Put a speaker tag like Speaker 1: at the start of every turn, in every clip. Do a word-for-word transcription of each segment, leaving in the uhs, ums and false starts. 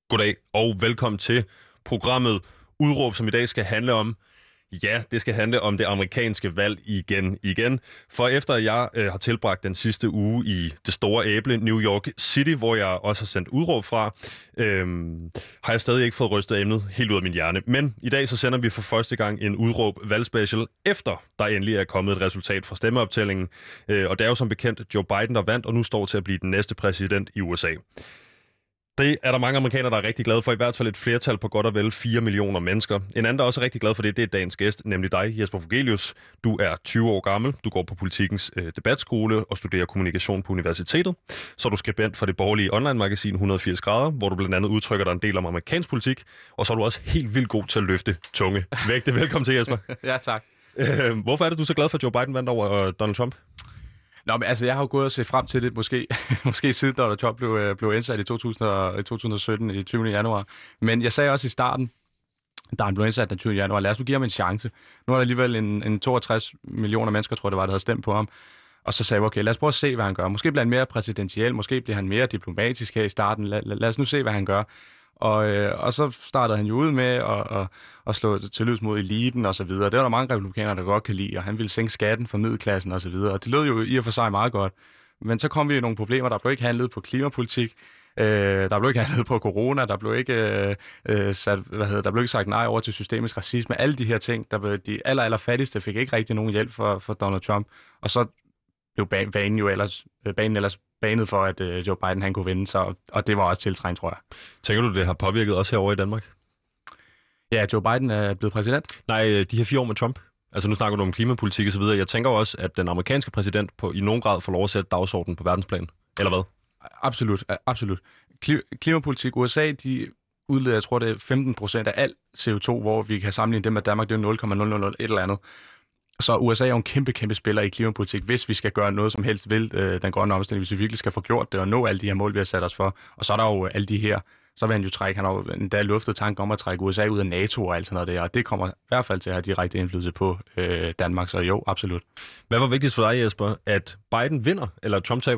Speaker 1: Goddag og velkommen til programmet Udråb, som i dag skal handle om, ja, det skal handle om det amerikanske valg igen igen. For efter jeg øh, har tilbragt den sidste uge i det store æble, New York City, hvor jeg også har sendt udråb fra, øh, har jeg stadig ikke fået rystet emnet helt ud af min hjerne. Men i dag så sender vi for første gang en udråb valgspecial, efter der endelig er kommet et resultat fra stemmeoptællingen. Øh, og det er jo som bekendt Joe Biden, der vandt, og nu står til at blive den næste præsident i U S A. Det er der mange amerikanere, der er rigtig glade for, i hvert fald et flertal på godt og vel fire millioner mennesker. En anden, der også er rigtig glad for det, det er dagens gæst, nemlig dig, Jesper Vogelius. Du er tyve år gammel, du går på Politikens øh, debatskole og studerer kommunikation på universitetet. Så er du skribent for det borgerlige online-magasin et hundrede og firs grader, hvor du blandt andet udtrykker dig en del om amerikansk politik. Og så er du også helt vildt god til at løfte tunge vægte. Velkommen til, Jesper.
Speaker 2: Ja, tak.
Speaker 1: Øh, hvorfor er det, du er så glad for, at Joe Biden vandt over øh, Donald Trump?
Speaker 2: Nå, men altså, jeg har jo gået og set frem til det, måske, måske siden Donald Trump blev, blev indsat i to tusind sytten, i tyvende januar. Men jeg sagde også i starten, da han blev indsat den tyvende januar, lad os nu give ham en chance. Nu er der alligevel en, en toogtres millioner mennesker, tror jeg det var, der havde stemt på ham. Og så sagde jeg, okay, lad os prøve at se, hvad han gør. Måske bliver han mere præsidentiel, måske bliver han mere diplomatisk her i starten. Lad, lad, lad os nu se, hvad han gør. Og, øh, og så startede han jo ud med at, at, at slå til lys mod eliten og så videre. Det var der mange republikanere, der godt kan lide, og han ville sænke skatten for middelklassen og så videre. Og det lød jo i og for sig meget godt. Men så kom vi i nogle problemer. Der blev ikke handlet på klimapolitik. Øh, der blev ikke handlet på corona. Der blev ikke, øh, sat, hvad hedder, der blev ikke sagt nej over til systemisk racisme. Alle de her ting, der blev, de aller, aller fattigste fik ikke rigtig nogen hjælp for, for Donald Trump. Og så blev banen jo ellers, banen ellers banet for, at øh, Joe Biden han kunne vinde, så, og det var også tiltrængt, tror jeg.
Speaker 1: Tænker du, det har påvirket også herovre i Danmark?
Speaker 2: Ja, Joe Biden er blevet præsident?
Speaker 1: Nej, de her fire år med Trump. Altså nu snakker du om klimapolitik og så videre. Jeg tænker også, at den amerikanske præsident på, i nogen grad får lov at sætte dagsordenen på verdensplan. Eller hvad?
Speaker 2: Absolut, absolut. Klimapolitik, U S A, de udleder, jeg tror det er femten procent af al C O to, hvor vi kan sammenligne det med Danmark, det er nul komma nul nul nul et eller andet. Så U S A er jo en kæmpe, kæmpe spiller i klimapolitik, hvis vi skal gøre noget som helst ved øh, den grønne omstilling, hvis vi virkelig skal få gjort det og nå alle de her mål, vi har sat os for. Og så er der jo alle de her, så vil han jo trække, han har jo endda luftet tanken om at trække U S A ud af NATO og alt sådan noget der, og det kommer i hvert fald til at have direkte indflydelse på øh, Danmark, så jo, absolut.
Speaker 1: Hvad var vigtigst for dig, Jesper, at Biden vinder, eller Trump taber?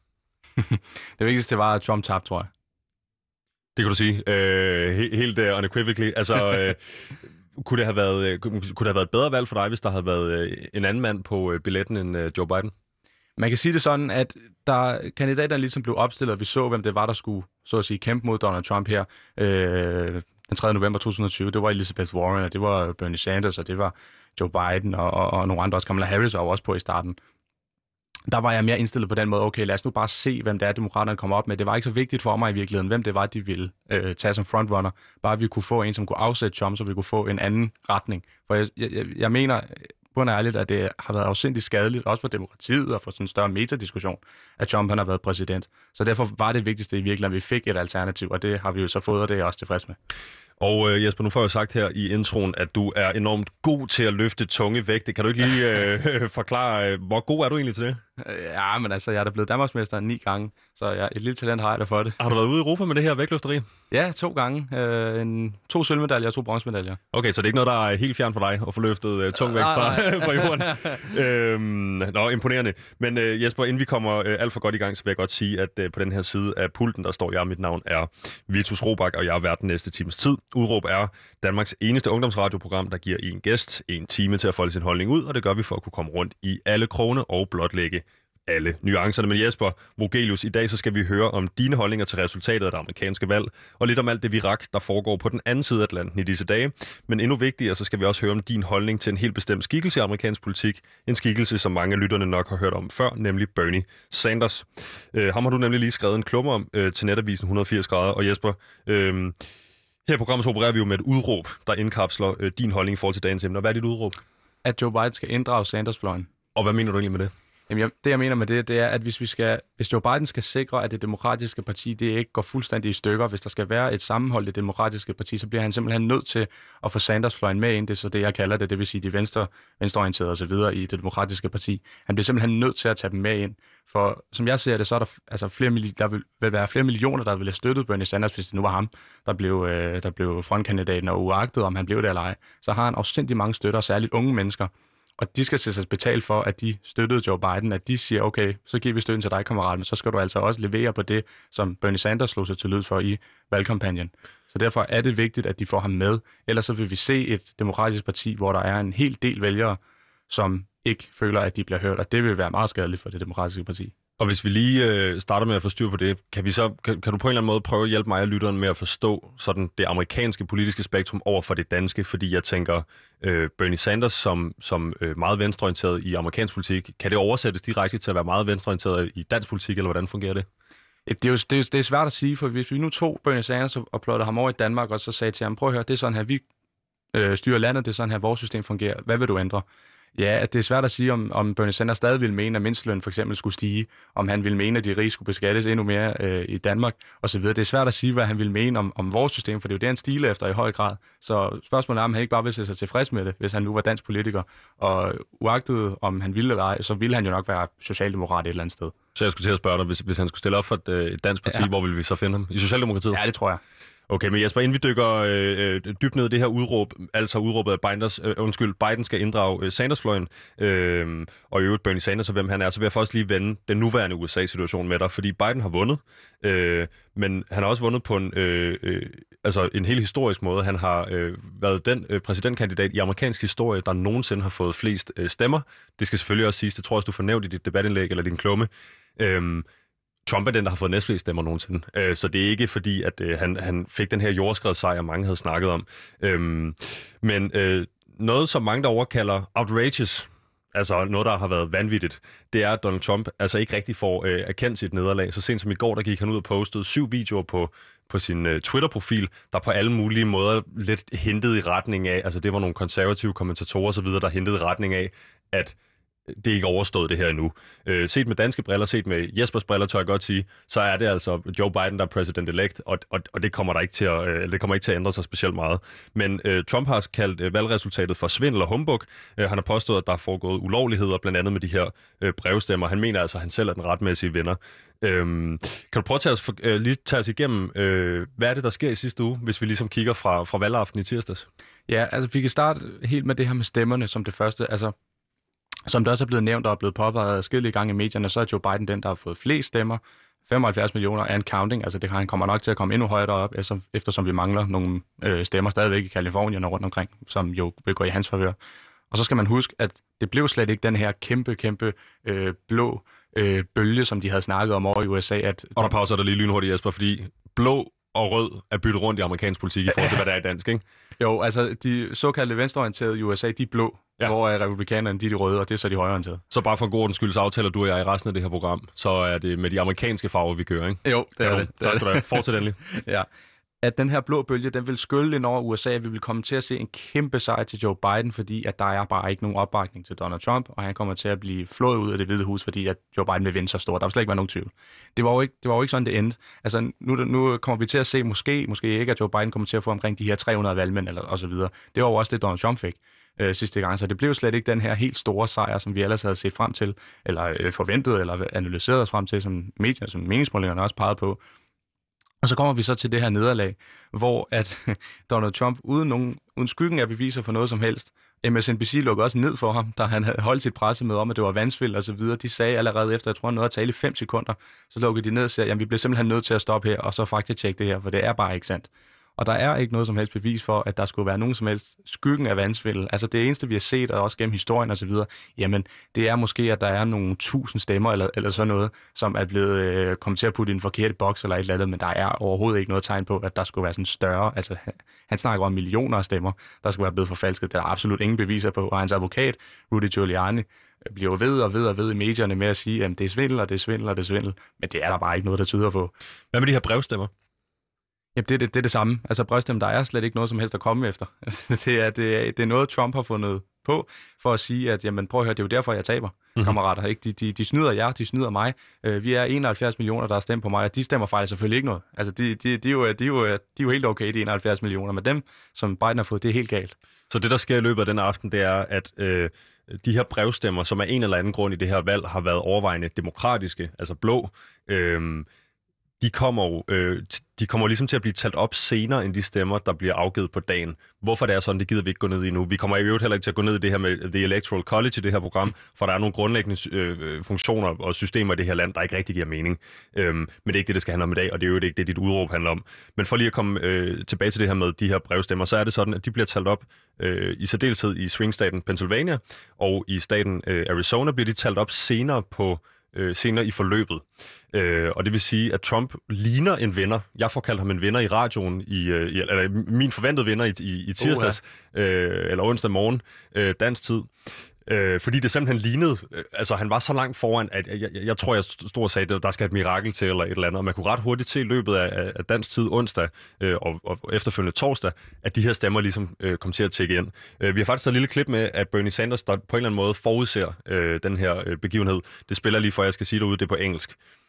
Speaker 2: Det vigtigste var, at Trump tabte, tror jeg.
Speaker 1: Det kan du sige, øh, he- helt uh, unequivocally. Altså... Øh, Kunne det, have været, kunne det have været et bedre valg for dig, hvis der havde været en anden mand på billetten end Joe Biden?
Speaker 2: Man kan sige det sådan, at der kandidaterne ligesom blev opstillet, og vi så, hvem det var, der skulle så at sige, kæmpe mod Donald Trump her øh, den tredje november to tusind og tyve. Det var Elizabeth Warren, og det var Bernie Sanders, og det var Joe Biden, og, og, og nogle andre også. Kamala Harris var også på i starten. Der var jeg mere indstillet på den måde, okay, lad os nu bare se, hvem det er, demokraterne kommer op med. Det var ikke så vigtigt for mig i virkeligheden, hvem det var, de ville øh, tage som frontrunner. Bare vi kunne få en, som kunne afsætte Trump, så vi kunne få en anden retning. For jeg, jeg, jeg mener på en ærligt, at det har været afsindigt skadeligt, også for demokratiet og for sådan en større metadiskussion, at Trump han har været præsident. Så derfor var det vigtigste i virkeligheden, at vi fik et alternativ, og det har vi jo så fået, og det er jeg også tilfreds med. Og
Speaker 1: øh, Jesper, nu får jeg sagt her i introen, at du er enormt god til at løfte tunge vægte. Kan du ikke lige øh, forklare, øh, hvor god er du egentlig til det?
Speaker 2: Ja, men altså, jeg er da blevet danmarksmester ni gange, så jeg, et lille talent har jeg da for det.
Speaker 1: Har du været ude i Europa med det her vægtløfteri?
Speaker 2: Ja, to gange. Øh, en, to sølvmedaljer og to bronzemedaljer.
Speaker 1: Okay, så det er ikke noget, der er helt fjern for dig at få løftet øh, tung vægt fra, fra jorden. øhm, nå, imponerende. Men øh, Jesper, inden vi kommer øh, alt for godt i gang, så vil jeg godt sige, at øh, på den her side af pulten, der står jeg, mit navn er Vitus Robak, og jeg er vært den næste times tid. Udråb er Danmarks eneste ungdomsradioprogram, der giver en gæst en time til at folde sin holdning ud, og det gør vi for at kunne komme rundt i alle krone og blotlægge alle nuancerne. Men Jesper Vogelius, i dag så skal vi høre om dine holdninger til resultatet af det amerikanske valg, og lidt om alt det virak, der foregår på den anden side af Atlanten i disse dage. Men endnu vigtigere, så skal vi også høre om din holdning til en helt bestemt skikkelse i amerikansk politik. En skikkelse, som mange af lytterne nok har hørt om før, nemlig Bernie Sanders. Øh, ham har du nemlig lige skrevet en klumme om øh, til netavisen et hundrede og firs grader. Og Jesper, øh, her i programmet så opererer vi jo med et udråb, der indkapsler øh, din holdning i forhold til dagens emne. Og hvad er dit udråb?
Speaker 2: At Joe Biden skal inddrage Sanders-fløjen.
Speaker 1: Og hvad mener du egentlig med det?
Speaker 2: Jamen, jeg, det jeg mener med det, det er, at hvis, vi skal, hvis Joe Biden skal sikre, at det demokratiske parti det ikke går fuldstændig i stykker, hvis der skal være et sammenhold i det demokratiske parti, så bliver han simpelthen nødt til at få Sanders-fløjen med ind. Det er så det, jeg kalder det, det vil sige de venstre, venstreorienterede og så videre i det demokratiske parti. Han bliver simpelthen nødt til at tage dem med ind. For som jeg ser det, så er der, altså flere, der vil, vil være flere millioner, der ville have støttet Bernie Sanders, hvis det nu var ham, der blev, øh, der blev frontkandidaten, og uagtet om han blev det eller ej. Så har han afsindig mange støtter, særligt unge mennesker. Og de skal sig betale for, at de støttede Joe Biden, at de siger, okay, så giver vi støtten til dig, kammerat, men så skal du altså også levere på det, som Bernie Sanders slog sig til lyd for i valgkampagnen. Så derfor er det vigtigt, at de får ham med. Ellers så vil vi se et demokratisk parti, hvor der er en hel del vælgere, som ikke føler, at de bliver hørt, og det vil være meget skadeligt for det demokratiske parti.
Speaker 1: Og hvis vi lige øh, starter med at få styr på det, kan, vi så, kan, kan du på en eller anden måde prøve at hjælpe mig og lytteren med at forstå sådan det amerikanske politiske spektrum over for det danske? Fordi jeg tænker, øh, Bernie Sanders som, som øh, meget venstreorienteret i amerikansk politik, kan det oversættes direkte til at være meget venstreorienteret i dansk politik, eller hvordan fungerer det?
Speaker 2: Det er jo det er, det er svært at sige, for hvis vi nu tog Bernie Sanders og plottede ham over i Danmark, og så sagde til ham, prøv at høre, det er sådan her, vi øh, styrer landet, det er sådan her, vores system fungerer, hvad vil du ændre? Ja, det er svært at sige, om, om Bernie Sanders stadig ville mene, at mindsteløn for eksempel skulle stige, om han ville mene, at de rige skulle beskattes endnu mere øh, i Danmark osv. Det er svært at sige, hvad han ville mene om, om vores system, for det er jo det, han stiler efter i høj grad. Så spørgsmålet er, om han ikke bare ville se sig tilfreds med det, hvis han nu var dansk politiker. Og uagtet om han ville eller ej, så ville han jo nok være socialdemokrat et eller andet sted.
Speaker 1: Så jeg skulle til at spørge dig, hvis, hvis han skulle stille op for et, et dansk parti, ja. Hvor ville vi så finde ham? I Socialdemokratiet?
Speaker 2: Ja, det tror jeg.
Speaker 1: Okay, men Jesper, inden vi dykker øh, dybt ned i det her udråb, altså udråbet af Bidens, øh, undskyld, Biden skal inddrage øh, Sanders-fløjen, øh, og i øvrigt Bernie Sanders og hvem han er, så vil jeg først lige vende den nuværende U S A-situation med dig, fordi Biden har vundet, øh, men han har også vundet på en, øh, øh, altså en helt historisk måde. Han har øh, været den øh, præsidentkandidat i amerikansk historie, der nogensinde har fået flest øh, stemmer. Det skal selvfølgelig også siges, det tror jeg også, du får nævnt i dit debatindlæg eller din klumme. Øh, Trump er den, der har fået næstflest stemmer nogensinde. Øh, så det er ikke fordi, at øh, han, han fik den her jordskredssejr, mange havde snakket om. Øhm, men øh, noget, som mange derovre kalder outrageous, altså noget, der har været vanvittigt, det er, at Donald Trump altså ikke rigtig får øh, erkendt sit nederlag. Så sent som i går, der gik han ud og postede syv videoer på, på sin øh, Twitter-profil, der på alle mulige måder lidt hintede i retning af, altså det var nogle konservative kommentatorer osv., der hintede i retning af, at det er ikke overstået det her endnu. Øh, set med danske briller, set med Jespers briller, tør jeg godt sige, så er det altså Joe Biden, der er president-elect, og, og, og det kommer der ikke til at, øh, det kommer ikke til at ændre sig specielt meget. Men øh, Trump har kaldt øh, valgresultatet for svindel og humbug. Øh, han har påstået, at der er foregået ulovligheder, blandt andet med de her øh, brevstemmer. Han mener altså, at han selv er den retmæssige vinder. Øh, kan du prøve at tage os, øh, lige tage os igennem, øh, hvad er det, der sker i sidste uge, hvis vi ligesom kigger fra, fra valgaften i tirsdags?
Speaker 2: Ja, altså vi kan starte helt med det her med stemmerne som det første. Altså som det også er blevet nævnt og er blevet påpeget adskillige gange i medierne, så er Joe Biden den, der har fået flest stemmer. femoghalvfjerds millioner and counting, altså det han kommer nok til at komme endnu højere op, eftersom vi mangler nogle øh, stemmer stadigvæk i Kalifornien og rundt omkring, som jo vil gå i hans favør. Og så skal man huske, at det blev slet ikke den her kæmpe, kæmpe øh, blå øh, bølge, som de havde snakket om over i U S A. At,
Speaker 1: og der pauser der lige lynhurtigt, Jesper, fordi blå og rød er byttet rundt i amerikansk politik i forhold til, hvad der er i dansk, ikke?
Speaker 2: Jo, altså de såkaldte venstreorienterede i U S A, de er blå, ja. Hvor er republikanerne, de er de røde, og det er så de højreorienterede.
Speaker 1: Så bare for en god ordens skyld, så aftaler du og jeg i resten af det her program, så er det med de amerikanske farver, vi kører, ikke?
Speaker 2: Jo, det er det.
Speaker 1: Tak skal du have. Fortsæt endelig.
Speaker 2: Ja. At den her blå bølge, den vil skylle ind over U S A, vi vil komme til at se en kæmpe sejr til Joe Biden, fordi at der er bare ikke nogen opbakning til Donald Trump, og han kommer til at blive flået ud af Det Hvide Hus, fordi at Joe Biden vil vinde så stort. Der vil slet ikke være nogen tvivl. Det var jo ikke, det var jo ikke sådan, det endte. Altså, nu, nu kommer vi til at se, måske, måske ikke, at Joe Biden kommer til at få omkring de her tre hundrede valgmænd, eller, og så videre. Det var jo også det, Donald Trump fik øh, sidste gang, så det blev slet ikke den her helt store sejr, som vi ellers havde set frem til, eller øh, forventet, eller analyseret os frem til, som medier, som meningsmålingerne også pegede på. Og så kommer vi så til det her nederlag, hvor at Donald Trump, uden, nogen, uden skyggen af beviser for noget som helst, M S N B C lukkede også ned for ham, da han havde holdt sit pressemøde om, at det var vandsvild og så videre. De sagde allerede efter, jeg tror, han nåede at tale i fem sekunder, så lukkede de ned og sagde, jamen vi bliver simpelthen nødt til at stoppe her, og så faktatjekke det her, for det er bare ikke sandt. Og der er ikke noget som helst bevis for, at der skulle være nogen som helst skyggen af vandsvindel. Altså det eneste, vi har set, og også gennem historien og så videre, jamen det er måske, at der er nogle tusind stemmer eller, eller sådan noget, som er blevet øh, kommet til at putte i en forkert boks eller et eller andet, men der er overhovedet ikke noget tegn på, at der skulle være sådan større. Altså han snakker om millioner af stemmer, der skulle være blevet forfalsket. Der er absolut ingen beviser på, og hans advokat, Rudy Giuliani, bliver ved og ved og ved i medierne med at sige, at det er svindel, og det er svindel, og det er svindel. Men det er der bare ikke noget, der tyder på.
Speaker 1: Hvad med de her brevstemmer?
Speaker 2: Jamen, det, det, det er det samme. Altså, brevstemmer, der er slet ikke noget som helst at komme efter. det, er, det, er, det er noget, Trump har fundet på, for at sige, at jamen, prøv at høre, det er jo derfor, jeg taber, mm-hmm. kammerater. Ikke? De, de, de snyder jer, de snyder mig. Uh, vi er enoghalvfjerds millioner, der har stemt på mig, og de stemmer faktisk selvfølgelig ikke noget. Altså, de, de, de, er, jo, de, er, jo, de er jo helt okay, de enoghalvfjerds millioner, men dem, som Biden har fået, det er helt galt.
Speaker 1: Så det, der sker i løbet af den aften, det er, at øh, de her brevstemmer, som af en eller anden grund i det her valg, har været overvejende demokratiske, altså blå, øh, de kommer jo øh, de kommer ligesom til at blive talt op senere end de stemmer, der bliver afgivet på dagen. Hvorfor det er sådan, det gider vi ikke gå ned i nu. Vi kommer i øvrigt heller ikke til at gå ned i det her med The Electoral College i det her program, for der er nogle grundlæggende øh, funktioner og systemer i det her land, der ikke rigtig giver mening. Øhm, men det er ikke det, det skal handle om i dag, og det er jo ikke det, dit udråb handler om. Men for lige at komme øh, tilbage til det her med de her brevstemmer, så er det sådan, at de bliver talt op øh, i særdeleshed i swingstaten Pennsylvania, og i staten øh, Arizona bliver de talt op senere på Øh, senere i forløbet. Øh, og det vil sige, at Trump ligner en vinder. Jeg får kaldt ham en vinder i radioen, i, øh, i, eller min forventede vinder i, i, i tirsdags, uh, ja. øh, eller onsdag morgen, øh, dansk tid. Øh, fordi det simpelthen lignede, øh, altså han var så langt foran, at jeg, jeg, jeg tror, jeg stod og sagde, at der skal et mirakel til, eller et eller andet. Og man kunne ret hurtigt se i løbet af, af dansk tid onsdag øh, og, og efterfølgende torsdag, at de her stemmer ligesom øh, kom til at tække ind. Øh, vi har faktisk et lille klip med, at Bernie Sanders, der på en eller anden måde forudser øh, den her øh, begivenhed. Det spiller lige for, jeg skal sige derude, det er på engelsk.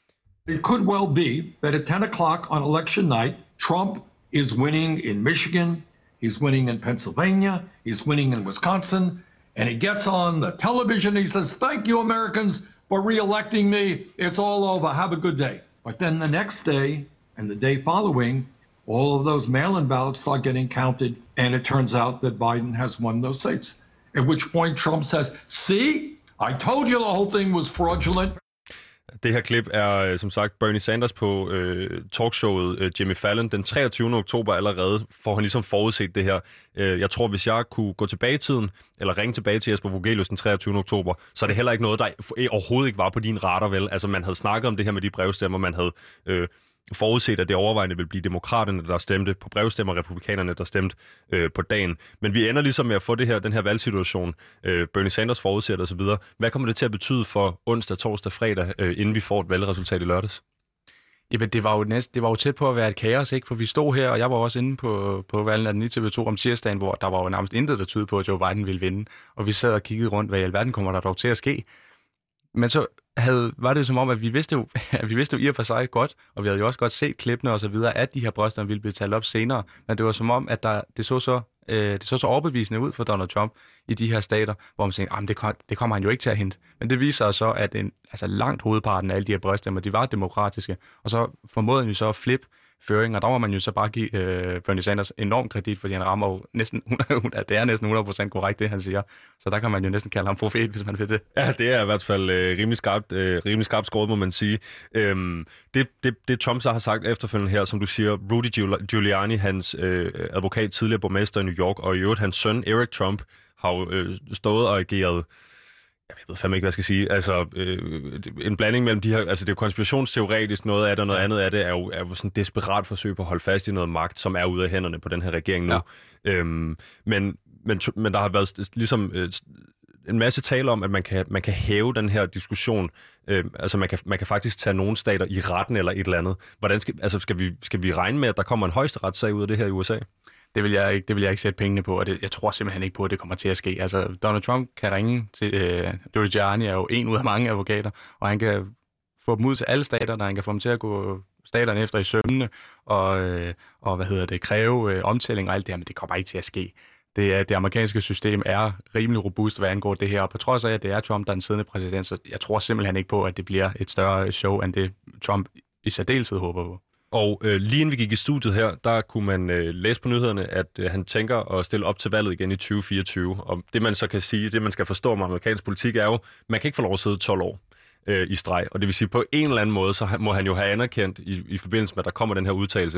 Speaker 3: It could well be that at ten o'clock on election night, Trump is winning in Michigan, he's winning in Pennsylvania, he's winning in Wisconsin, and he gets on the television, he says, "Thank you, Americans, for re-electing me. It's all over. Have a good day." But then the next day and the day following, all of those mail-in ballots start getting counted, and it turns out that Biden has won those states. At which point Trump says, "See, I told you the whole thing was fraudulent."
Speaker 1: Det her klip er, som sagt, Bernie Sanders på øh, talkshowet øh, Jimmy Fallon den treogtyvende oktober allerede, får han ligesom forudset det her. Øh, jeg tror, hvis jeg kunne gå tilbage i tiden, eller ringe tilbage til Jesper Vogelius den treogtyvende oktober, så er det heller ikke noget, der overhovedet ikke var på din radar, vel? Altså, man havde snakket om det her med de brevstemmer, man havde øh, forudset, at det overvejende ville blive demokraterne, der stemte på brevstemmer, republikanerne, der stemte øh, på dagen. Men vi ender ligesom med at få det her, den her valgsituation. Øh, Bernie Sanders forudser det osv. Hvad kommer det til at betyde for onsdag, torsdag, fredag, øh, inden vi får et valgresultat i lørdags?
Speaker 2: Jamen, det var jo næst, det var jo tæt på at være et kaos, ikke? For vi stod her, og jeg var også inde på, på valgen af den i T V to om tirsdagen, hvor der var jo nærmest intet, der tydede på, at Joe Biden ville vinde. Og vi sad og kiggede rundt, hvad i alverden kommer der dog til at ske. Men så havde, var det som om, at vi vidste jo, at vi vidste jo i og for sig godt, og vi havde jo også godt set klippene og så videre, at de her bryster ville blive talt op senere. Men det var som om, at der, det, så så, øh, det så så overbevisende ud for Donald Trump i de her stater, hvor man tænkte, at det, kom, det kommer han jo ikke til at hente. Men det viser så, at en, altså langt hovedparten af alle de her bryststemmer, de var demokratiske. Og så formåede han jo så at flippe føring, og der må man jo så bare give øh, Bernie Sanders enorm kredit, fordi han rammer jo næsten, det er næsten hundrede procent korrekt, det han siger. Så der kan man jo næsten kalde ham profet, hvis man vil det.
Speaker 1: Ja, det er i hvert fald øh, rimelig skarpt, øh, rimelig skarpt skåret, må man sige. Øhm, det, det, det Trump så har sagt efterfølgende her, som du siger, Rudy Giuliani, hans øh, advokat, tidligere borgmester i New York, og i øvrigt hans søn, Eric Trump, har jo øh, stået og ageret, jeg ved fandme ikke, hvad jeg skal sige. Altså, øh, en blanding mellem de her... Altså, det er jo konspirationsteoretisk noget af det, og noget andet af det er jo, er jo sådan et desperat forsøg på at holde fast i noget magt, som er ude af hænderne på den her regering nu. Ja. Øhm, men, men, men der har været ligesom øh, en masse tale om, at man kan, man kan hæve den her diskussion. Øh, altså, man kan, man kan faktisk tage nogle stater i retten eller et eller andet. Hvordan skal, altså, skal, vi, skal vi regne med, at der kommer en højesteretsag ud af det her i U S A?
Speaker 2: Det vil jeg ikke, det vil jeg ikke sætte pengene på, og det, jeg tror simpelthen ikke på, at det kommer til at ske. Altså, Donald Trump kan ringe til... Øh, Rudy Giuliani er jo en ud af mange advokater, og han kan få dem ud til alle stater, der han kan få dem til at gå staterne efter i sømmene, og, øh, og hvad hedder det, kræve øh, omtælling og alt det her, men det kommer ikke til at ske. Det, det amerikanske system er rimelig robust, hvad angår det her, og på trods af, at det er Trump, der er den siddende præsident, så jeg tror simpelthen ikke på, at det bliver et større show, end det Trump i særdeleshed håber på.
Speaker 1: Og øh, lige inden vi gik i studiet her, der kunne man øh, læse på nyhederne, at øh, han tænker at stille op til valget igen i tyve fireogtyve. Og det man så kan sige, det man skal forstå om amerikansk politik, er jo, man kan ikke få lov at sidde tolv år øh, i streg. Og det vil sige, på en eller anden måde, så må han jo have anerkendt i, i forbindelse med, at der kommer den her udtalelse,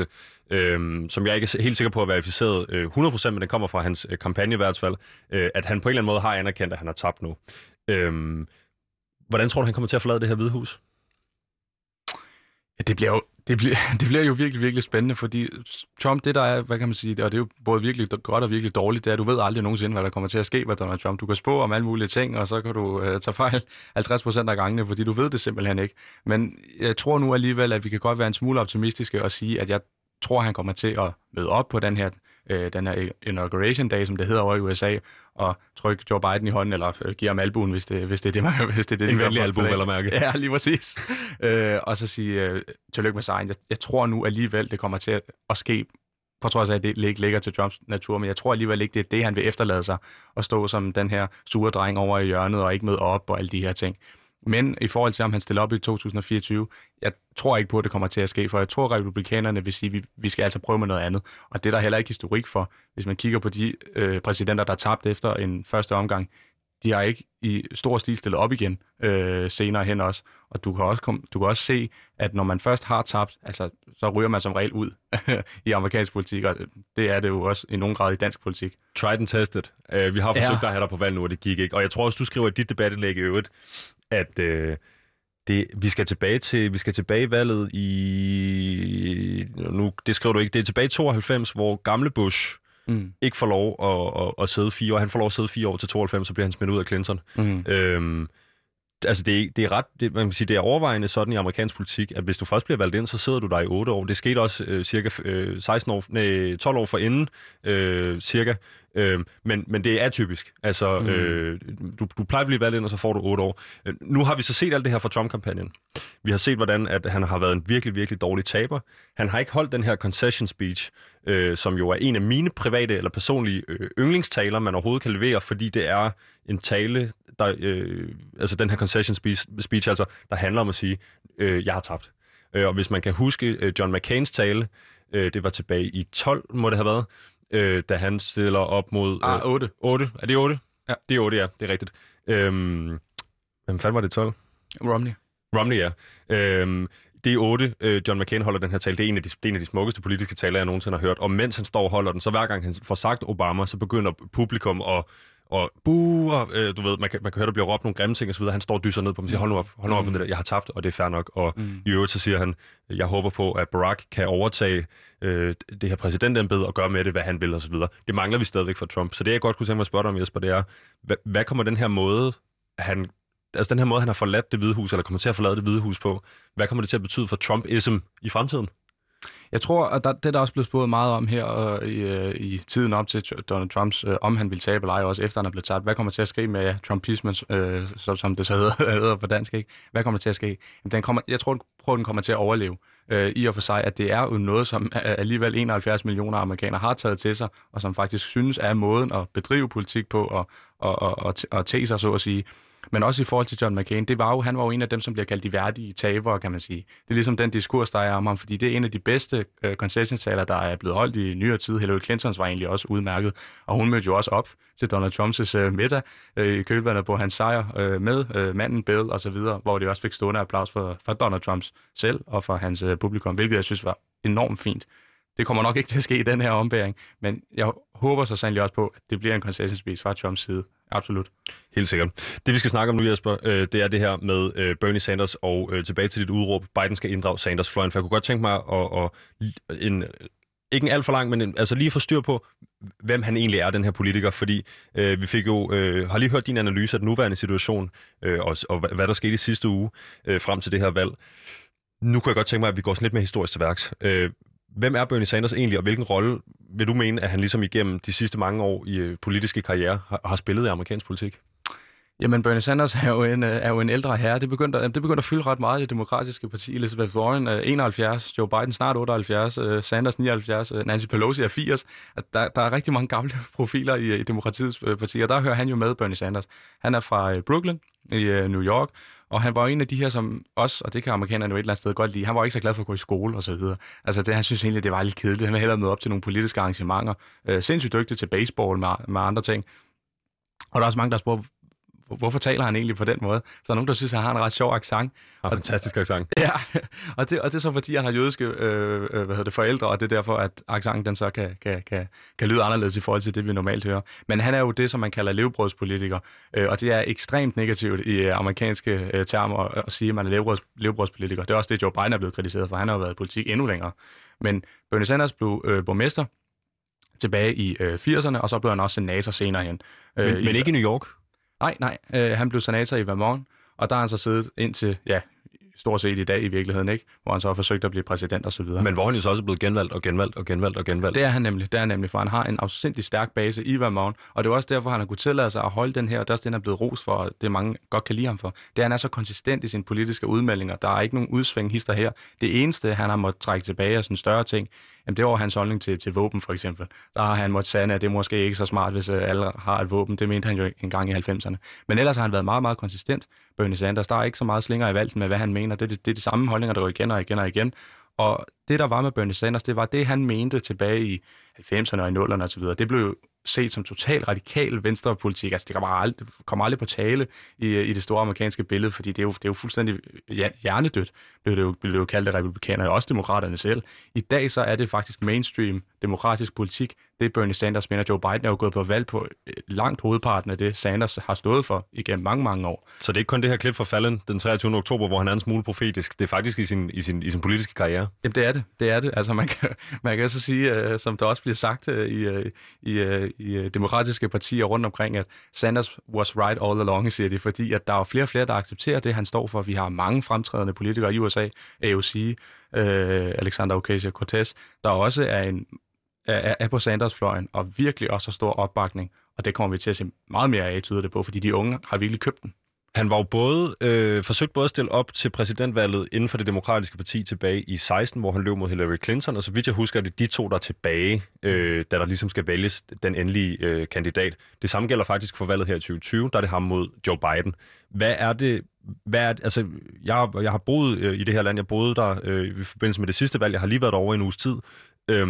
Speaker 1: øh, som jeg ikke er helt sikker på at verificeret øh, hundrede procent, men den kommer fra hans øh, kampagne i hvert fald, øh, at han på en eller anden måde har anerkendt, at han har tabt nu. Øh, hvordan tror du, han kommer til at forlade det her Hvide Hus?
Speaker 2: Ja, det bliver jo Det bliver, det bliver jo virkelig, virkelig spændende, fordi Trump, det der er, hvad kan man sige, og det er jo både virkelig godt og virkelig dårligt, det er, at du ved aldrig nogensinde, hvad der kommer til at ske med Donald Trump. Du kan spå om alle mulige ting, og så kan du øh, tage fejl halvtreds procent af gangene, fordi du ved det simpelthen ikke. Men jeg tror nu alligevel, at vi kan godt være en smule optimistiske og sige, at jeg tror, han kommer til at møde op på den her, øh, den her inauguration day, som det hedder over i U S A, og trykke Joe Biden i hånden, eller øh, give ham albuen, hvis det, hvis det er det, man, hvis det er det,
Speaker 1: en venlig albue, eller mærke.
Speaker 2: Ja, lige præcis. øh, og så sige øh, tillykke med sejren. Jeg, jeg tror nu alligevel, det kommer til at, at ske, på trods af, at det ikke ligger til Trumps natur, men jeg tror alligevel ikke, det er det, han vil efterlade sig, at stå som den her sure dreng over i hjørnet, og ikke møde op, og alle de her ting. Men i forhold til, om han stiller op i to tusind fireogtyve, jeg tror ikke på, at det kommer til at ske, for jeg tror, at republikanerne vil sige, at vi, vi skal altså prøve med noget andet. Og det er der heller ikke historik for, hvis man kigger på de øh, præsidenter, der er tabt efter en første omgang. De har ikke i stor stil stillet op igen øh, senere hen også. Og du kan også, kom, du kan også se, at når man først har tabt, altså, så ryger man som regel ud i amerikansk politik, og det er det jo også i nogen grad i dansk politik.
Speaker 1: Tried and tested. Uh, vi har forsøgt
Speaker 2: Ja.
Speaker 1: at have dig på valg nu, og det gik ikke. Og jeg tror også, du skriver i dit debatindlæg i øvrigt, at uh, det, vi skal tilbage til vi skal tilbage i valget i... Nu, det skriver du ikke. Det er tilbage i tooghalvfems, hvor gamle Bush mm. ikke får lov at, at, at sidde fire år. Han får lov at sidde fire år til tooghalvfems, så bliver han smidt ud af Clinton. Mm. Øhm, altså, det er, det er ret... Det, man kan sige, det er overvejende sådan i amerikansk politik, at hvis du først bliver valgt ind, så sidder du der i otte år. Det skete også øh, cirka øh, seksten år, nej, tolv år forinden, øh, cirka. Øh, men, men det er atypisk. Altså, mm. øh, du, du plejer at blive valgt ind, og så får du otte år. Øh, nu har vi så set alt det her fra Trump-kampagnen. Vi har set, hvordan at han har været en virkelig, virkelig dårlig taber. Han har ikke holdt den her concession speech, øh, som jo er en af mine private eller personlige øh, yndlingstaler, man overhovedet kan levere, fordi det er en tale, der, øh, altså den her concession speech, speech altså, der handler om at sige, øh, jeg har tabt. Øh, og hvis man kan huske øh, John McCains tale, øh, det var tilbage i tolv, må det have været, øh, da han stiller op mod... Øh,
Speaker 2: Ah, otte.
Speaker 1: otte. Er det otte?
Speaker 2: Ja.
Speaker 1: Det er otte, ja. Det er rigtigt. Øhm, hvem fanden var det tolv?
Speaker 2: Romney.
Speaker 1: Romney, ja. Øhm, det er otte. Øh, John McCain holder den her tale. Det er en af de, det er en af de smukkeste politiske taler, jeg nogensinde har hørt. Og mens han står og holder den, så hver gang han får sagt Obama, så begynder publikum at og buh, og, øh, du ved, man kan, man kan høre, der bliver råbt nogle grimme ting og så videre. Han står og dyser ned på dem og siger, hold nu op, hold nu op med det der, jeg har tabt, og det er fair nok. Og mm. i øvrigt så siger han, jeg håber på, at Barack kan overtage øh, det her præsidentembede og gøre med det, hvad han vil og så videre. Det mangler vi stadigvæk fra Trump. Så det, jeg godt kunne tænke mig at spørge dig om, Jesper, det er, hvad, hvad kommer den her måde, han, altså den her måde, han har forladt det Hvide Hus, eller kommer til at forlade det Hvide Hus på, hvad kommer det til at betyde for Trumpism i fremtiden?
Speaker 2: Jeg tror, at der, det der også blev spurgt meget om her og i, øh, i tiden op til Donald Trumps, øh, om han ville tabe eller ej, også efter han er blevet tabt. Hvad kommer til at ske med ja, Trumpismen, øh, som, som det så hedder, hedder på dansk, ikke? Hvad kommer til at ske? Jamen, den kommer, jeg tror, prøv, den kommer til at overleve. Øh, I og for sig, at det er jo noget, som alligevel enoghalvfjerds millioner amerikanere har taget til sig, og som faktisk synes er måden at bedrive politik på og, og, og, og, og tage sig, så at sige. Men også i forhold til John McCain, det var jo, han var jo en af dem, som bliver kaldt de værdige tabere, kan man sige. Det er ligesom den diskurs, der er om ham, fordi det er en af de bedste øh, concessionstaler, der er blevet holdt i nyere tid. Hillary Clintons var egentlig også udmærket, og hun mødte jo også op til Donald Trumps øh, middag øh, i kølvandet på hans sejr øh, med øh, manden Bill og så videre, hvor de også fik stående applaus for, for Donald Trumps selv og for hans øh, publikum, hvilket jeg synes var enormt fint. Det kommer nok ikke til at ske i den her ombæring, men jeg håber så sandelig også på, at det bliver en concession speech fra Trumps side. Absolut.
Speaker 1: Helt sikkert. Det vi skal snakke om nu, Jesper, øh, det er det her med øh, Bernie Sanders og øh, tilbage til dit udråb, Biden skal inddrage Sanders-fløjen, for jeg kunne godt tænke mig at, at en, ikke en alt for lang, men en, altså lige få styr på, hvem han egentlig er, den her politiker, fordi øh, vi fik jo, øh, har lige hørt din analyse af den nuværende situation, øh, og, og hvad der skete i sidste uge, øh, frem til det her valg. Nu kunne jeg godt tænke mig, at vi går sådan lidt mere historisk til værks. Øh, Hvem er Bernie Sanders egentlig, og hvilken rolle vil du mene, at han ligesom igennem de sidste mange år i øh, politiske karriere har, har spillet i amerikansk politik?
Speaker 2: Jamen, Bernie Sanders er jo en, er jo en ældre herre. Det begyndte, det begyndte at fylde ret meget i det demokratiske parti. Elizabeth Warren er enoghalvfjerds, Joe Biden snart otteoghalvfjerds, Sanders nioghalvfjerds, Nancy Pelosi er firs. Der, der er rigtig mange gamle profiler i, i demokratiets parti, og der hører han jo med, Bernie Sanders. Han er fra Brooklyn i New York, og han var jo en af de her, som os, og det kan amerikanerne jo et eller andet sted godt lide, han var ikke så glad for at gå i skole og så videre. Altså, det, han synes egentlig, det var lidt kedeligt. Han ville hellere møde op til nogle politiske arrangementer. Øh, sindssygt dygtig til baseball med, med andre ting. Og der er også mange, der spørger, hvorfor taler han egentlig på den måde? Så der er nogen, der synes, at han har en ret sjov accent.
Speaker 1: Har fantastisk accent.
Speaker 2: Ja, og det, og det er så fordi, han har jødiske øh, hvad hedder det, forældre, og det er derfor, at accenten den så kan, kan, kan, kan lyde anderledes i forhold til det, vi normalt hører. Men han er jo det, som man kalder levebrødspolitiker, øh, og det er ekstremt negativt i amerikanske øh, termer at, at sige, at man er levebrøds, levebrødspolitiker. Det er også det, Joe Biden er blevet kritiseret for. Han har jo været i politik endnu længere. Men Bernie Sanders blev øh, borgmester tilbage i øh, firserne, og så blev han også senator senere hen.
Speaker 1: Men,
Speaker 2: øh,
Speaker 1: men ikke i New York?
Speaker 2: Nej, nej. Øh, han blev senator i Vermont, og der har han så siddet indtil, ja, stort set i dag i virkeligheden, ikke? Hvor han så har forsøgt at blive præsident og så videre.
Speaker 1: Men hvor han jo så også er blevet genvalgt og genvalgt og genvalgt og genvalgt.
Speaker 2: Det er han nemlig, det er han nemlig, for han har en afsindig stærk base i Vermont, og det er også derfor, han har kunnet tillade sig at holde den her, og det er også det, han er blevet ros for, og det mange godt kan lide ham for. Det er, han er så konsistent i sine politiske udmeldinger. Der er ikke nogen udsving hister her. Det eneste, han har måttet trække tilbage af sådan større ting, jamen det var hans holdning til, til våben for eksempel. Der har han måttet sande, at det er måske ikke så smart, hvis alle har et våben. Det mente han jo engang i halvfemserne. Men ellers har han været meget, meget konsistent, Bernie Sanders. Der er ikke så meget slinger i valsen med, hvad han mener. Det er, det, det er de samme holdninger, der går igen og igen og igen. Og det, der var med Bernie Sanders, det var det, han mente tilbage i halvfemserne og i nullerne osv. Det blev jo set som totalt radikal venstrepolitik. Altså, det kommer aldrig, kommer aldrig på tale i, i det store amerikanske billede, fordi det er jo, det er jo fuldstændig hjernedødt, blev det jo, blev det jo kaldt af republikanerne, og også demokraterne selv. I dag så er det faktisk mainstream demokratisk politik. Det Bernie Sanders mener. Joe Biden er jo gået på valg på langt hovedparten af det, Sanders har stået for igennem mange, mange år.
Speaker 1: Så det er ikke kun det her klip fra Fallon den treogtyvende oktober, hvor han er en smule profetisk. Det er faktisk i sin, i sin, i sin politiske karriere.
Speaker 2: Jamen, det er det. Det er det. Altså, man kan, man kan så sige, uh, som der også bliver sagt uh, i, uh, i, uh, i uh, demokratiske partier rundt omkring, at Sanders was right all along, siger de, fordi at der er flere og flere, der accepterer det, han står for. Vi har mange fremtrædende politikere i U S A, A O C, uh, Alexander Ocasio-Cortez, der også er en er, er på Sanders-fløjen, og virkelig også har stor opbakning, og det kommer vi til at se meget mere af, tyder det på, fordi de unge har virkelig købt den.
Speaker 1: Han var jo både, øh, forsøgt både at stille op til præsidentvalget inden for det demokratiske parti tilbage i seksten, hvor han løb mod Hillary Clinton, og så vidt jeg husker, er det de to, der er tilbage, øh, da der ligesom skal vælges den endelige øh, kandidat. Det samme gælder faktisk for valget her i tyve tyve, der er det ham mod Joe Biden. Hvad er det, hvad er det, altså, jeg, jeg har boet øh, i det her land, jeg boede der øh, i forbindelse med det sidste valg, jeg har lige været derovre en uges tid. Øh,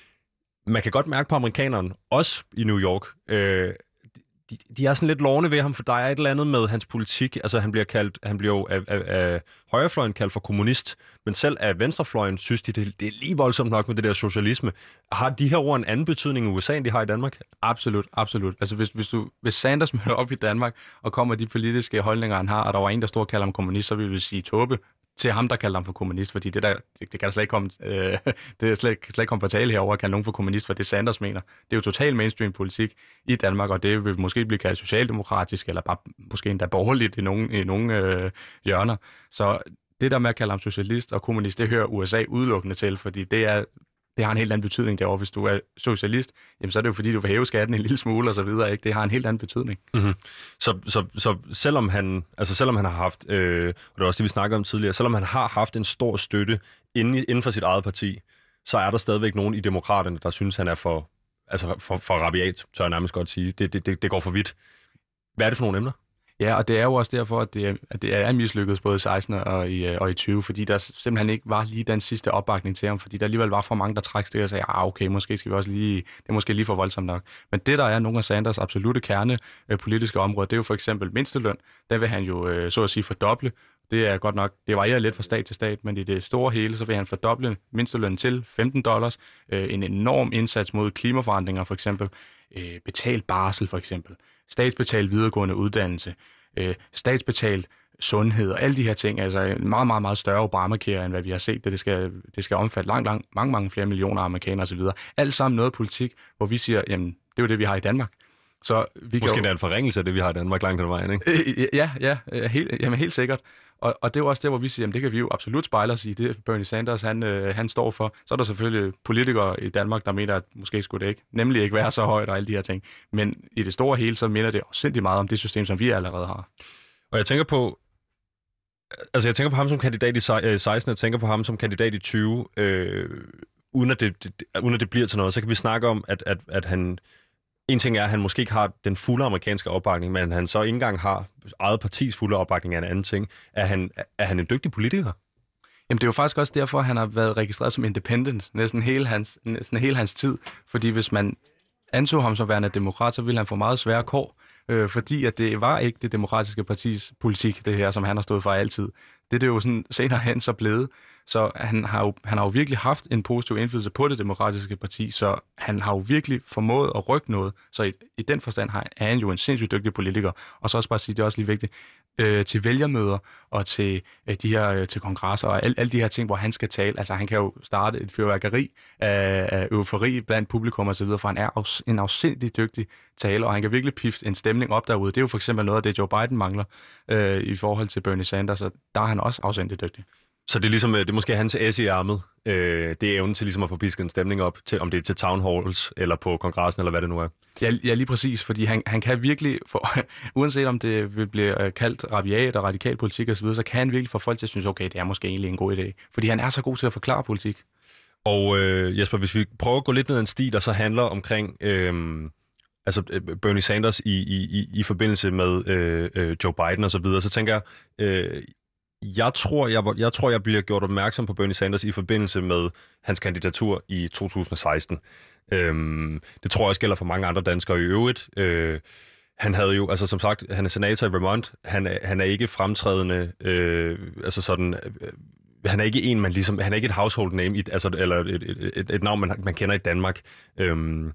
Speaker 1: man kan godt mærke på amerikanerne, også i New York, øh, De, de er sådan lidt lovende ved ham, for der er et eller andet med hans politik. Altså, han bliver kaldt, han bliver jo af, af, af højrefløjen kaldt for kommunist, men selv af venstrefløjen synes de, det, det er lige voldsomt nok med det der socialisme. Har de her ord en anden betydning i U S A, end de har i Danmark?
Speaker 2: Absolut, absolut. Altså, hvis, hvis, du, hvis Sanders møder op i Danmark og kommer de politiske holdninger, han har, og der var en, der stod og kalder ham kommunist, så vil vi sige tåbe til ham, der kalder ham for kommunist, fordi det, der, det, det kan der slet ikke komme, øh, det er slet, slet ikke komme på tale herover at kalde nogen for kommunist, for det Sanders mener. Det er jo total mainstream politik i Danmark, og det vil måske blive kaldt socialdemokratisk, eller bare måske endda borgerligt i nogle, i nogle øh, hjørner. Så det der med at kalde ham socialist og kommunist, det hører U S A udelukkende til, fordi det er det har en helt anden betydning derovre. Hvis du er socialist, jamen, så er det jo fordi, du vil hæve skatten en lille smule og så videre. Ikke? Det har en helt anden betydning.
Speaker 1: Mm-hmm. Så, så, så selvom han, altså selvom han har haft, øh, og det er også det, vi snakkede om tidligere, selvom han har haft en stor støtte inden, inden for sit eget parti, så er der stadigvæk nogen i demokraterne, der synes, han er for, altså for, for rabiat, tør jeg nærmest godt sige. Det, det, det, det går for vidt. Hvad er det for nogle emner?
Speaker 2: Ja, og det er jo også derfor, at det er, at det er mislykkedes både i seksten og i, og i tyve, fordi der simpelthen ikke var lige den sidste opbakning til ham, fordi der alligevel var for mange, der træk stik og sagde, ah, okay, måske skal vi også lige, det er måske lige for voldsomt nok. Men det, der er nogle af Sanders absolute kerne øh, politiske områder, det er jo for eksempel mindsteløn. Der vil han jo, øh, så at sige, fordoble. Det er godt nok, det varierer lidt fra stat til stat, men i det store hele, så vil han fordoble mindsteløn til femten dollars. Øh, en enorm indsats mod klimaforandringer, for eksempel. Øh, betalt barsel, for eksempel. Statsbetalt videregående uddannelse. Øh, statsbetalt sundhed og alle de her ting. Altså en meget, meget, meget større Obamacare, end hvad vi har set. Det, det, skal, det skal omfatte langt, langt, mange, mange flere millioner amerikanere osv. Alt sammen noget politik, hvor vi siger, jamen, det er jo det, vi har i Danmark. Så vi
Speaker 1: Måske
Speaker 2: kan jo...
Speaker 1: det er en forringelse af det, vi har i Danmark langt hen ad vejen, ikke?
Speaker 2: Øh, ja, ja, helt, jamen, helt sikkert. Og, og det er jo også der, hvor vi siger, jamen det kan vi jo absolut spejle os i. Det Bernie Sanders, han, øh, han står for. Så er der selvfølgelig politikere i Danmark, der mener, at måske skulle det ikke, nemlig ikke være så højt og alle de her ting. Men i det store hele, så minder det også sindssygt meget om det system, som vi allerede har.
Speaker 1: Og jeg tænker på, altså jeg tænker på ham som kandidat i seksten, jeg tænker på ham som kandidat i tyve, øh, uden, at det, det, uden at det bliver til noget, så kan vi snakke om, at, at, at han... En ting er, at han måske ikke har den fulde amerikanske opbakning, men han så ikke engang har eget partis fulde opbakning af en anden ting. Er han, er han en dygtig politiker?
Speaker 2: Jamen det er jo faktisk også derfor, han har været registreret som independent næsten hele hans, næsten hele hans tid. Fordi hvis man anså ham som værende demokrat, så ville han få meget svære kår. Øh, fordi at det var ikke det demokratiske partis politik, det her, som han har stået for altid. Det er det jo sådan senere hen så blevet. Så han har, jo, han har jo virkelig haft en positiv indflydelse på det demokratiske parti, så han har jo virkelig formået at rykke noget. Så i, i den forstand har, er han jo en sindssygt dygtig politiker. Og så også bare sige, det er også lige vigtigt, øh, til vælgermøder og til øh, de her øh, til kongresser og alle, alle de her ting, hvor han skal tale. Altså han kan jo starte et fyrværkeri af, af eufori blandt publikum og så videre, for han er afs, en afsindig dygtig taler, og han kan virkelig pifte en stemning op derude. Det er jo for eksempel noget af det, Joe Biden mangler øh, i forhold til Bernie Sanders, og der er han også afsindig dygtig. Så
Speaker 1: det er ligesom, det er måske hans æs i ærmet, øh, det er evnen til ligesom at få pisket en stemning op, til, om det er til town halls, eller på kongressen, eller hvad det nu er.
Speaker 2: Ja, ja lige præcis, fordi han, han kan virkelig, for, uanset om det vil blive kaldt rabiat og radikal politik osv., så kan han virkelig få folk til at synes, okay, det er måske egentlig en god idé. Fordi han er så god til at forklare politik.
Speaker 1: Og øh, Jesper, hvis vi prøver at gå lidt ned ad en sti, der så handler omkring øh, altså Bernie Sanders i, i, i forbindelse med øh, øh, Joe Biden og så videre, så tænker jeg, øh, jeg tror, jeg, jeg tror, jeg bliver gjort opmærksom på Bernie Sanders i forbindelse med hans kandidatur i to tusind og seksten. Øh, det tror jeg også gælder for mange andre danskere i øvrigt. Øh, Han havde jo, altså som sagt, han er senator i Vermont. Han er, han er ikke fremtrædende, øh, altså sådan, øh, han er ikke en, man ligesom, han er ikke et household name, i, altså, eller et, et, et, et navn, man, man kender i Danmark. Øhm,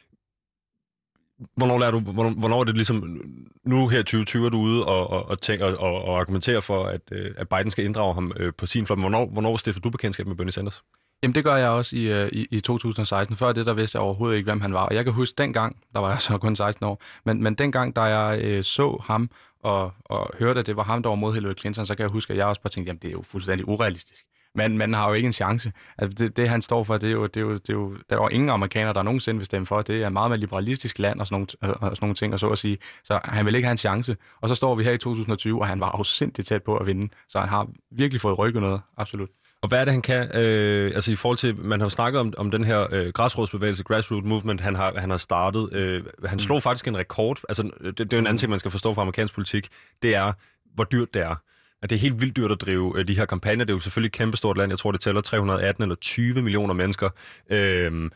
Speaker 1: hvornår lærer du, hvornår, hvornår er det ligesom, nu her tyve tyve er du ude og, og, og, tænker, og, og argumenterer for, at, at Biden skal inddrage ham øh, på sin flot. Hvornår, hvornår stifter du bekendtskab med Bernie Sanders?
Speaker 2: Jamen det gør jeg også i, i, i to tusind og seksten. Før det, der vidste jeg overhovedet ikke, hvem han var. Og jeg kan huske dengang, der var jeg så kun seksten år, men, men dengang, da jeg øh, så ham og, og hørte, at det var ham, der var mod Hillary Clinton, så kan jeg huske, at jeg også bare tænkte, jamen det er jo fuldstændig urealistisk. Men man har jo ikke en chance. Altså det, det han står for, det er jo, det er jo, det er jo, der er jo ingen amerikanere, der nogensinde vil stemme for. Det er et meget mere liberalistisk land og sådan nogle, og sådan nogle ting, og så at sige. Så han vil ikke have en chance. Og så står vi her i to tusind og tyve, og han var afsindigt tæt på at vinde. Så han har virkelig fået rykket noget, absolut.
Speaker 1: Og hvad er det, han kan? Øh, altså i forhold til, man har jo snakket om, om den her øh, græsrodsbevægelse, grassroot movement, han har, han har startet. Øh, han slog mm. faktisk en rekord. Altså det, det er jo en anden ting, man skal forstå fra amerikansk politik. Det er, hvor dyrt det er. At det er helt vildt dyrt at drive øh, de her kampagner. Det er jo selvfølgelig et kæmpestort land. Jeg tror, det tæller tre hundrede og atten eller tyve millioner mennesker. Øh,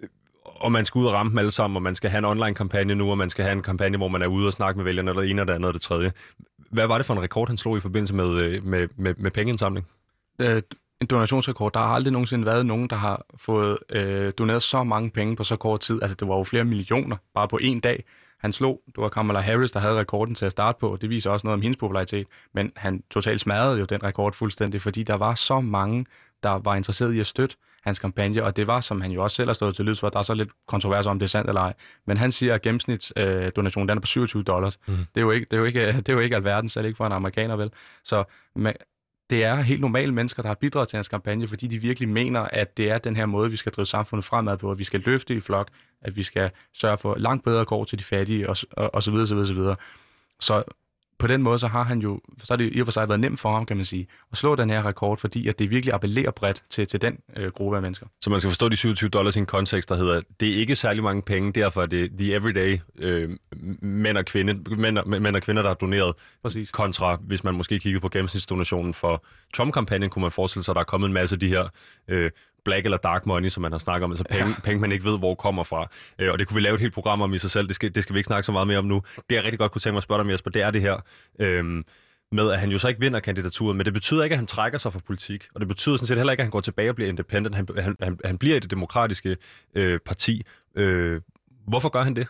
Speaker 1: og man skal ud og ramme dem alle sammen, og man skal have en online-kampagne nu, og man skal have en kampagne, hvor man er ude og snakke med vælgerne, eller det ene, og det andet, og det tredje. Hvad var det for en rekord, han slog i forbindelse med, med, med, med pengeindsamling?
Speaker 2: Øh, En donationsrekord. Der har aldrig nogensinde været nogen, der har fået øh, doneret så mange penge på så kort tid. Altså, det var jo flere millioner bare på en dag. Han slog, det var Kamala Harris, der havde rekorden til at starte på. Det viser også noget om hendes popularitet. Men han totalt smadrede jo den rekord fuldstændig, fordi der var så mange, der var interesseret i at støtte hans kampagne. Og det var, som han jo også selv har stået til lyd for, der er så lidt kontrovers om det er sandt eller ej. Men han siger, at gennemsnitsdonationen øh, den er på syvogtyve dollars. Mm. Det er jo ikke, det er jo ikke, det er jo ikke alverden, selv ikke for en amerikaner, vel? Så med, det er helt normale mennesker, der har bidraget til hans kampagne, fordi de virkelig mener, at det er den her måde, vi skal drive samfundet fremad på, at vi skal løfte i flok, at vi skal sørge for langt bedre kår til de fattige, og, og, og så videre, så videre, så videre. Så på den måde, så har han jo, så har det i og for sig været nemt for ham, kan man sige, at slå den her rekord, fordi at det virkelig appellerer bredt til, til den øh, gruppe af mennesker.
Speaker 1: Så man skal forstå de syvogtyve dollars i en kontekst, der hedder, det er ikke særlig mange penge, derfor er det the everyday øh, mænd, og kvinde, mænd, og, mænd og kvinder, der har doneret.
Speaker 2: Præcis.
Speaker 1: Kontra, hvis man måske kiggede på gennemsnitsdonationen for Trump-kampagnen, kunne man forestille sig, at der er kommet en masse af de her øh, black eller dark money, som man har snakket om, altså penge, ja. penge man ikke ved, hvor kommer fra. Øh, og det kunne vi lave et helt program om i sig selv, det skal, det skal vi ikke snakke så meget mere om nu. Det jeg rigtig godt kunne tænke mig at spørge dig om, Jesper, det er det her øh, med, at han jo så ikke vinder kandidaturen, men det betyder ikke, at han trækker sig fra politik, og det betyder sådan set heller ikke, at han går tilbage og bliver independent. Han, han, han, han bliver i det demokratiske øh, parti. Øh, hvorfor gør han det?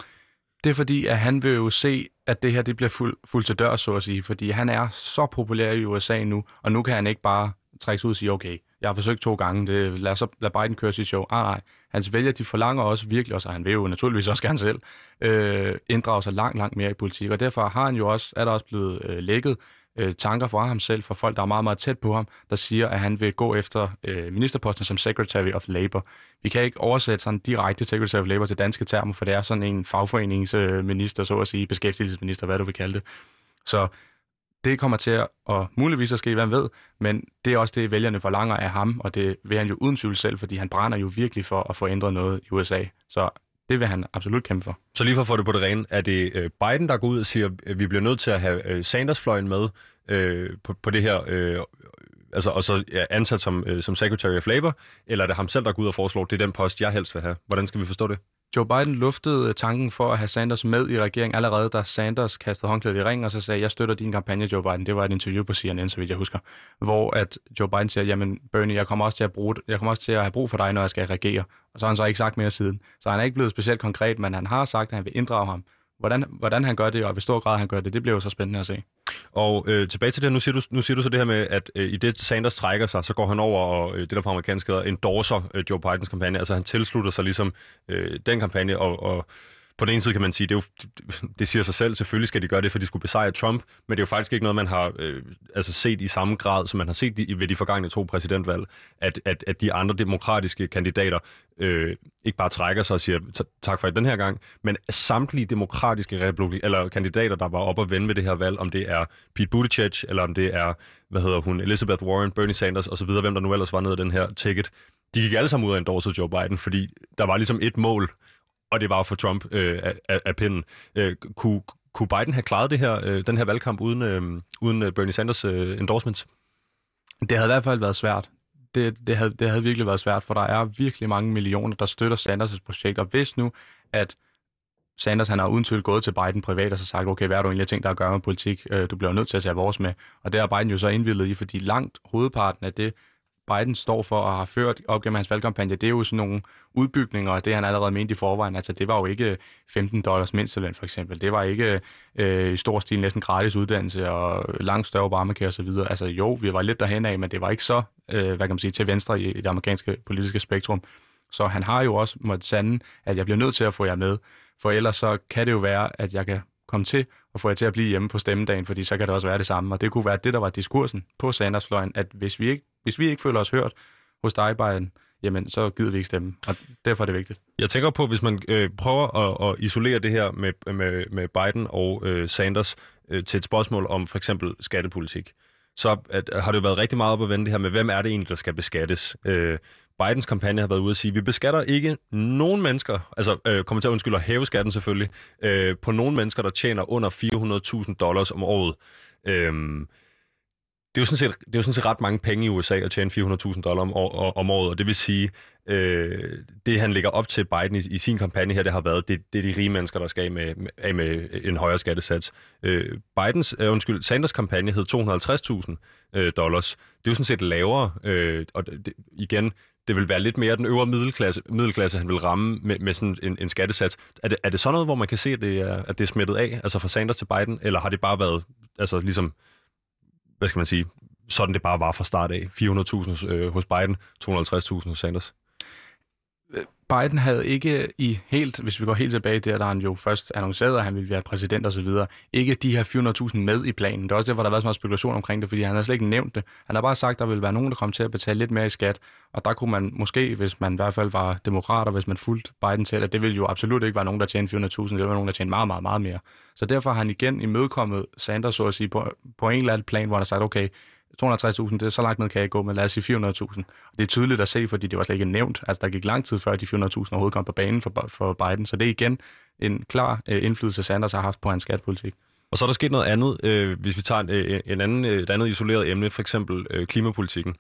Speaker 2: Det er fordi, at han vil jo se, at det her det bliver fuld, fuld til dør, så at sige, fordi han er så populær i U S A nu, og nu kan han ikke bare trække sig ud og sige, okay, jeg har forsøgt to gange, det, lad, så, lad Biden køre sit show. Ah, nej, hans vælger, de forlanger også virkelig, også, og han vil jo naturligvis også gerne selv, øh, inddrage sig langt, langt mere i politik, og derfor har han jo også, er der også blevet øh, lækket øh, tanker fra ham selv, fra folk, der er meget, meget tæt på ham, der siger, at han vil gå efter øh, ministerposten som Secretary of Labor. Vi kan ikke oversætte sådan direkte Secretary of Labor til danske termer, for det er sådan en fagforeningsminister, så at sige, beskæftigelsesminister, hvad du vil kalde det. Så det kommer til at, og muligvis at ske, hvad ved, men det er også det, vælgerne forlanger af ham, og det vil han jo uden tvivl selv, fordi han brænder jo virkelig for at få ændret noget i U S A. Så det vil han absolut kæmpe for.
Speaker 1: Så lige for at få det på det rene, er det Biden, der går ud og siger, at vi bliver nødt til at have Sanders-fløjen med øh, på, på det her, øh, altså, og så ja, ansat som, øh, som Secretary of Labor, eller er det ham selv, der går ud og foreslår, det er den post, jeg helst vil have? Hvordan skal vi forstå det?
Speaker 2: Joe Biden luftede tanken for at have Sanders med i regeringen allerede, da Sanders kastede håndklædet i ringen, og så sagde, jeg støtter din kampagne, Joe Biden. Det var et interview på C N N, så vidt jeg husker, hvor at Joe Biden siger, jamen Bernie, jeg kommer også til at bruge, jeg kommer også til at have brug for dig, når jeg skal regere. Og så har han så ikke sagt mere siden. Så han er ikke blevet specielt konkret, men han har sagt, at han vil inddrage ham. Hvordan, hvordan han gør det, og i hvor stor grad han gør det, det bliver jo så spændende at se.
Speaker 1: Og øh, tilbage til det her, nu siger, du, nu siger du så det her med, at øh, i det Sanders trækker sig, så går han over og øh, det der på amerikansk hedder endorser øh, Joe Bidens kampagne. Altså han tilslutter sig ligesom øh, den kampagne, og, og på den ene side kan man sige, det, er jo, det siger sig selv, selvfølgelig skal de gøre det, for de skulle besejre Trump, men det er jo faktisk ikke noget, man har øh, altså set i samme grad, som man har set i, ved de forgangne to præsidentvalg, at, at, at de andre demokratiske kandidater øh, ikke bare trækker sig og siger tak for den her gang, men samtlige demokratiske republik- eller kandidater, der var oppe og vende med det her valg, om det er Pete Buttigieg, eller om det er, hvad hedder hun, Elizabeth Warren, Bernie Sanders osv., hvem der nu ellers var nede af den her ticket, de gik alle sammen ud af endorse Joe Biden, fordi der var ligesom et mål, og det var for Trump øh, af, af pinden. Øh, kunne, kunne Biden have klaret det her, øh, den her valgkamp uden, øh, uden Bernie Sanders øh, endorsements?
Speaker 2: Det havde i hvert fald været svært. Det, det, havde, det havde virkelig været svært, for der er virkelig mange millioner, der støtter Sanders' projekt. Og hvis nu, at Sanders han har uden tvivl gået til Biden privat og så sagt, okay, hvad er du egentlig tænkt dig at gøre med politik? Du bliver nødt til at tage vores med. Og det har Biden jo så indvildet i, fordi langt hovedparten af det, Biden står for og har ført op gennem hans valgkampagne, det er jo sådan nogle udbygninger, og det han allerede mente i forvejen. Altså, det var jo ikke femten dollars mindsteløn, for eksempel. Det var ikke øh, i stor stil næsten gratis uddannelse og langt større Obamacare og så videre. Altså, jo, vi var lidt derhen af, men det var ikke så, øh, hvad kan man sige, til venstre i, i det amerikanske politiske spektrum. Så han har jo også måttet sande, at jeg bliver nødt til at få jer med, for ellers så kan det jo være, at jeg kan komme til at få jer til at blive hjemme på stemmedagen, fordi så kan det også være det samme. Og det kunne være det, der var diskursen på Sanders-fløjen, at hvis vi ikke, hvis vi ikke føler os hørt hos dig, Biden, jamen så gider vi ikke stemme. Og derfor er det vigtigt.
Speaker 1: Jeg tænker på, hvis man øh, prøver at, at isolere det her med, med, med Biden og øh, Sanders øh, til et spørgsmål om for eksempel skattepolitik, så at, har det jo været rigtig meget op at vende det her med, hvem er det egentlig, der skal beskattes? Øh, Bidens kampagne har været ude at sige, at vi beskatter ikke nogen mennesker, altså øh, kommer til at undskylde at hæve skatten selvfølgelig, øh, på nogen mennesker, der tjener under fire hundrede tusind dollars om året. Øh, det, er jo sådan set, det er jo sådan set ret mange penge i U S A at tjene fire hundrede tusind dollars om, om året, og det vil sige, øh, det han lægger op til Biden i, i sin kampagne her, det har været, det, det er de rige mennesker, der skal af med, af med en højere skattesats. Øh, Bidens, øh, undskyld, Sanders kampagne hed to hundrede og halvtreds tusind øh, dollars. Det er jo sådan set lavere, øh, og det, igen, det vil være lidt mere den øvre middelklasse, middelklasse han vil ramme med, med sådan en, en skattesats. Er det, er det sådan noget, hvor man kan se, at det er, at det er smittet af, altså fra Sanders til Biden, eller har det bare været, altså ligesom, hvad skal man sige, sådan det bare var fra start af? fire hundrede tusind øh, hos Biden, to hundrede og halvtreds tusind hos Sanders.
Speaker 2: Biden havde ikke i helt, hvis vi går helt tilbage der, der han jo først annoncerede, at han ville være præsident og så videre, ikke de her fire hundrede tusind med i planen. Det er også derfor, der har været så meget spekulation omkring det, fordi han har slet ikke nævnt det. Han har bare sagt, at der ville være nogen, der kom til at betale lidt mere i skat, og der kunne man måske, hvis man i hvert fald var demokrat, og hvis man fulgte Biden til, at det ville jo absolut ikke være nogen, der tjente fire hundrede tusind, det ville være nogen, der tjente meget, meget, meget mere. Så derfor har han igen imødekommet Sanders, så at sige, på, på en eller anden plan, hvor han har sagt, okay, to hundrede og halvtreds tusind, det er så langt ned kan jeg gå, men lad os sige fire hundrede tusind. Det er tydeligt at se, fordi det var slet ikke nævnt. Altså, der gik lang tid før de fire hundrede tusind overhovedet kom på banen for, for Biden, så det er igen en klar øh, indflydelse, Sanders har haft på hans skattepolitik. Og
Speaker 1: så er der sket noget andet, øh, hvis vi tager en, øh, en anden, et andet isoleret emne, for eksempel øh, klimapolitikken.